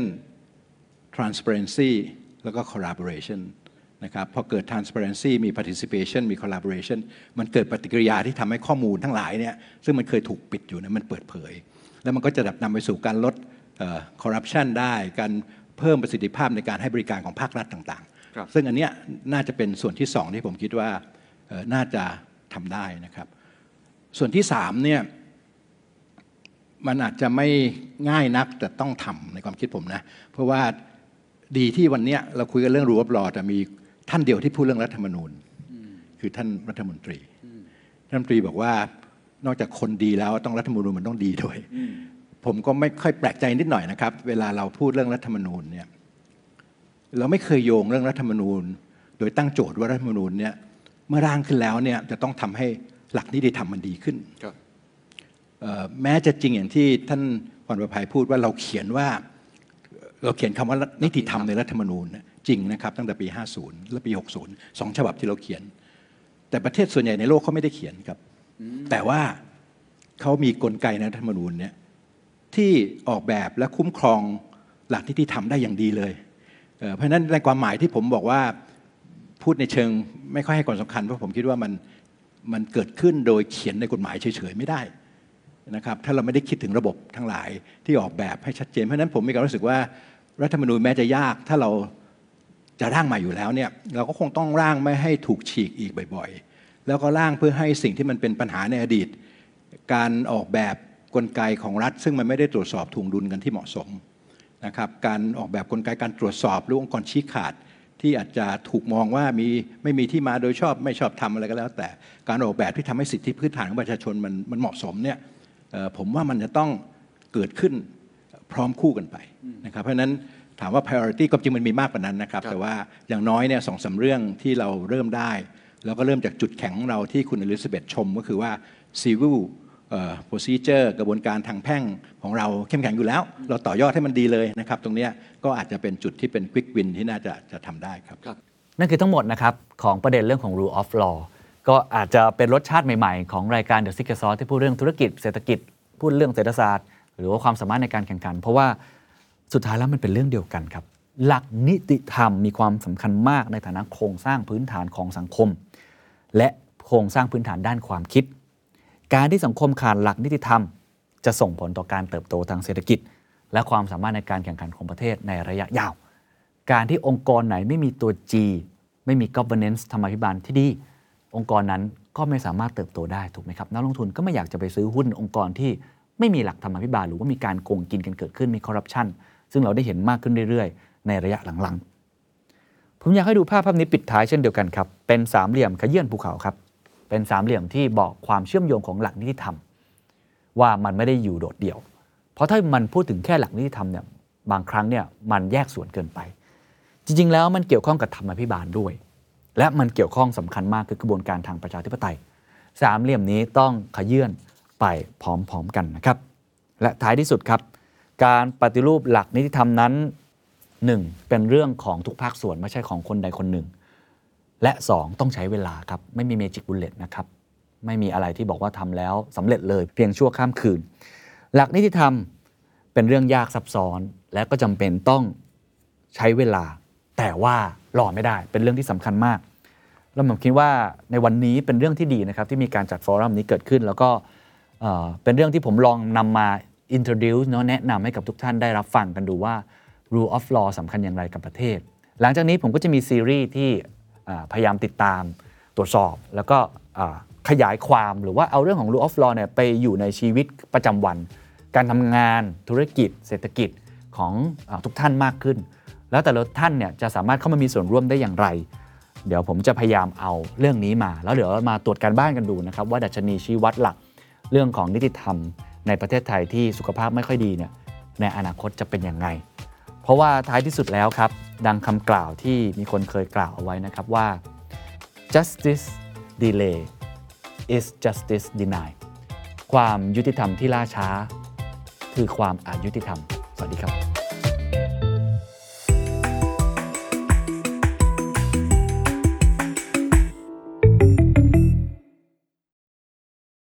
transparency แล้วก็ collaboration นะครับพอเกิด transparency มี participation มี collaboration มันเกิดปฏิกิริยาที่ทำให้ข้อมูลทั้งหลายเนี่ยซึ่งมันเคยถูกปิดอยู่เนี่ยมันเปิดเผยแล้วมันก็จะนำไปสู่การลด corruption ได้การเพิ่มประสิทธิภาพในการให้บริการของภาครัฐต่างๆซึ่งอันเนี้ยน่าจะเป็นส่วนที่สองที่ผมคิดว่าน่าจะทำได้นะครับส่วนที่สามเนี่ยมันอาจจะไม่ง่ายนักแต่ต้องทำในความคิดผมนะเพราะว่าดีที่วันนี้เราคุยกันเรื่อง rule of law แต่มีท่านเดียวที่พูดเรื่องรัฐธรรมนูญคือท่านรัฐมนตรีท่านรัฐมนตรีบอกว่านอกจากคนดีแล้วต้องรัฐธรรมนูญมันต้องดีด้วยผมก็ไม่ค่อยแปลกใจนิดหน่อยนะครับเวลาเราพูดเรื่องรัฐธรรมนูญเนี่ยเราไม่เคยโยงเรื่องรัฐธรรมนูญโดยตั้งโจทย์ว่ารัฐธรรมนูญเนี่ยเมื่อร่างขึ้นแล้วเนี่ยจะต้องทำให้หลักนิติธรรมมันดีขึ้นแม้จะจริงอย่างที่ท่านพรประภัยพูดว่าเราเขียนว่าเราเขียนคำว่านิติธรรมในรัฐธรรมนูญจริงนะครับตั้งแต่ปีห้าสิบและปีหกสิบสองฉบับที่เราเขียนแต่ประเทศส่วนใหญ่ในโลกเขาไม่ได้เขียนครับแต่ว่าเขามีกลไกในรัฐธรรมนูญเนี่ยที่ออกแบบและคุ้มครองหลักนิติธรรมได้อย่างดีเลยเพราะฉะนั้นในความหมายที่ผมบอกว่าพูดในเชิงไม่ค่อยให้ความสำคัญเพราะผมคิดว่ามันมันเกิดขึ้นโดยเขียนในกฎหมายเฉยๆไม่ได้นะครับถ้าเราไม่ได้คิดถึงระบบทั้งหลายที่ออกแบบให้ชัดเจนเพราะฉะนั้นผมมีความรู้สึกว่ารัฐธรรมนูญแม้จะยากถ้าเราจะร่างใหม่อยู่แล้วเนี่ยเราก็คงต้องร่างไม่ให้ถูกฉีกอีกบ่อยๆแล้วก็ร่างเพื่อให้สิ่งที่มันเป็นปัญหาในอดีตการออกแบบกลไกของรัฐซึ่งมันไม่ได้ตรวจสอบถ่วงดุลกันที่เหมาะสมนะครับการออกแบบกลไกการตรวจสอบหรือองค์กรชี้ขาดที่อาจจะถูกมองว่ามีไม่มีที่มาโดยชอบไม่ชอบทำอะไรก็แล้วแต่การออกแบบที่ทำให้สิทธิพื้นฐานของประชาชนมันมันเหมาะสมเนี่ยผมว่ามันจะต้องเกิดขึ้นพร้อมคู่กันไปนะครับเพราะฉะนั้นถามว่า priority ก็จริงมันมีมากกว่านั้นนะครับแต่ว่าอย่างน้อยเนี่ยสองสามเรื่องที่เราเริ่มได้แล้วก็เริ่มจากจุดแข็งของเราที่คุณอลิซาเบธชมก็คือว่า civil procedure กระบวนการทางแพ่งของเราเข้มแข็งอยู่แล้วเราต่อยอดให้มันดีเลยนะครับตรงนี้ก็อาจจะเป็นจุดที่เป็น quick win ที่น่าจะจะทำได้ครับนั่นคือทั้งหมดนะครับของประเด็นเรื่องของ rule of law ก็อาจจะเป็นรสชาติใหม่ๆของรายการ The Secret Sauce ที่พูดเรื่องธุรกิจเศรษฐกิจพูดเรื่องเศรษฐศาสตร์หรือว่าความสามารถในการแข่งขันเพราะว่าสุดท้ายแล้วมันเป็นเรื่องเดียวกันครับหลักนิติธรรมมีความสำคัญมากในฐานะโครงสร้างพื้นฐานของสังคมและโครงสร้างพื้นฐานด้านความคิดการที่สังคมขาดหลักนิติธรรมจะส่งผลต่อการเติบโตทางเศรษฐกิจและความสามารถในการแข่งขันของประเทศในระยะยาวการที่องค์กรไหนไม่มีตัว G ไม่มี governance ธรรมาภิบาลที่ดีองค์กรนั้นก็ไม่สามารถเติบโตได้ถูกไหมครับนักลงทุนก็ไม่อยากจะไปซื้อหุ้นองค์กรที่ไม่มีหลักธรรมาภิบาลหรือว่ามีการโกงกินกันเกิดขึ้นมีคอร์รัปชันซึ่งเราได้เห็นมากขึ้นเรื่อยๆในระยะหลังๆผมอยากให้ดูภาพภาพนี้ปิดท้ายเช่นเดียวกันครับเป็นสามเหลี่ยมขยื่นภูเขาครับเป็นสามเหลี่ยมที่บอกความเชื่อมโยงของหลักนิติธรรมว่ามันไม่ได้อยู่โดดเดี่ยวเพราะถ้ามันพูดถึงแค่หลักนิติธรรมเนี่ยบางครั้งเนี่ยมันแยกส่วนเกินไปจริงๆแล้วมันเกี่ยวข้องกับธรรมาภิบาลด้วยและมันเกี่ยวข้องสำคัญมากคือกระบวนการทางประชาธิปไตยสามเหลี่ยมนี้ต้องขยื่นไปพร้อมๆกันนะครับและท้ายที่สุดครับการปฏิรูปหลักนิติธรรมนั้นหนึ่งเป็นเรื่องของทุกภาคส่วนไม่ใช่ของคนใดคนหนึ่งและสองต้องใช้เวลาครับไม่มีเมจิกบุลเลตนะครับไม่มีอะไรที่บอกว่าทำแล้วสำเร็จเลยเพียงชั่วข้ามคืนหลักนิติธรรมเป็นเรื่องยากซับซ้อนและก็จำเป็นต้องใช้เวลาแต่ว่ารอไม่ได้เป็นเรื่องที่สำคัญมากแล้วผมคิดว่าในวันนี้เป็นเรื่องที่ดีนะครับที่มีการจัดฟอรัมนี้เกิดขึ้นแล้วก็เอ่อเป็นเรื่องที่ผมลองนำมา introduce เนาะแนะนำให้กับทุกท่านได้รับฟังกันดูว่า rule of law สำคัญอย่างไรกับประเทศหลังจากนี้ผมก็จะมีซีรีส์ที่พยายามติดตามตรวจสอบแล้วก็ขยายความหรือว่าเอาเรื่องของ rule of law เนี่ยไปอยู่ในชีวิตประจำวันการทำงานธุรกิจเศรษฐกิจของทุกท่านมากขึ้นแล้วแต่ละท่านเนี่ยจะสามารถเข้ามามีส่วนร่วมได้อย่างไรเดี๋ยวผมจะพยายามเอาเรื่องนี้มาแล้วเดี๋ยวมาตรวจการบ้านกันดูนะครับว่าดัชนีชี้วัดหลักเรื่องของนิติธรรมในประเทศไทยที่สุขภาพไม่ค่อยดีเนี่ยในอนาคตจะเป็นยังไงเพราะว่าท้ายที่สุดแล้วครับดังคำกล่าวที่มีคนเคยกล่าวเอาไว้นะครับว่า justice delay is justice denied ความยุติธรรมที่ล่าช้าคือความอายุติธรรมสวัสดีครับ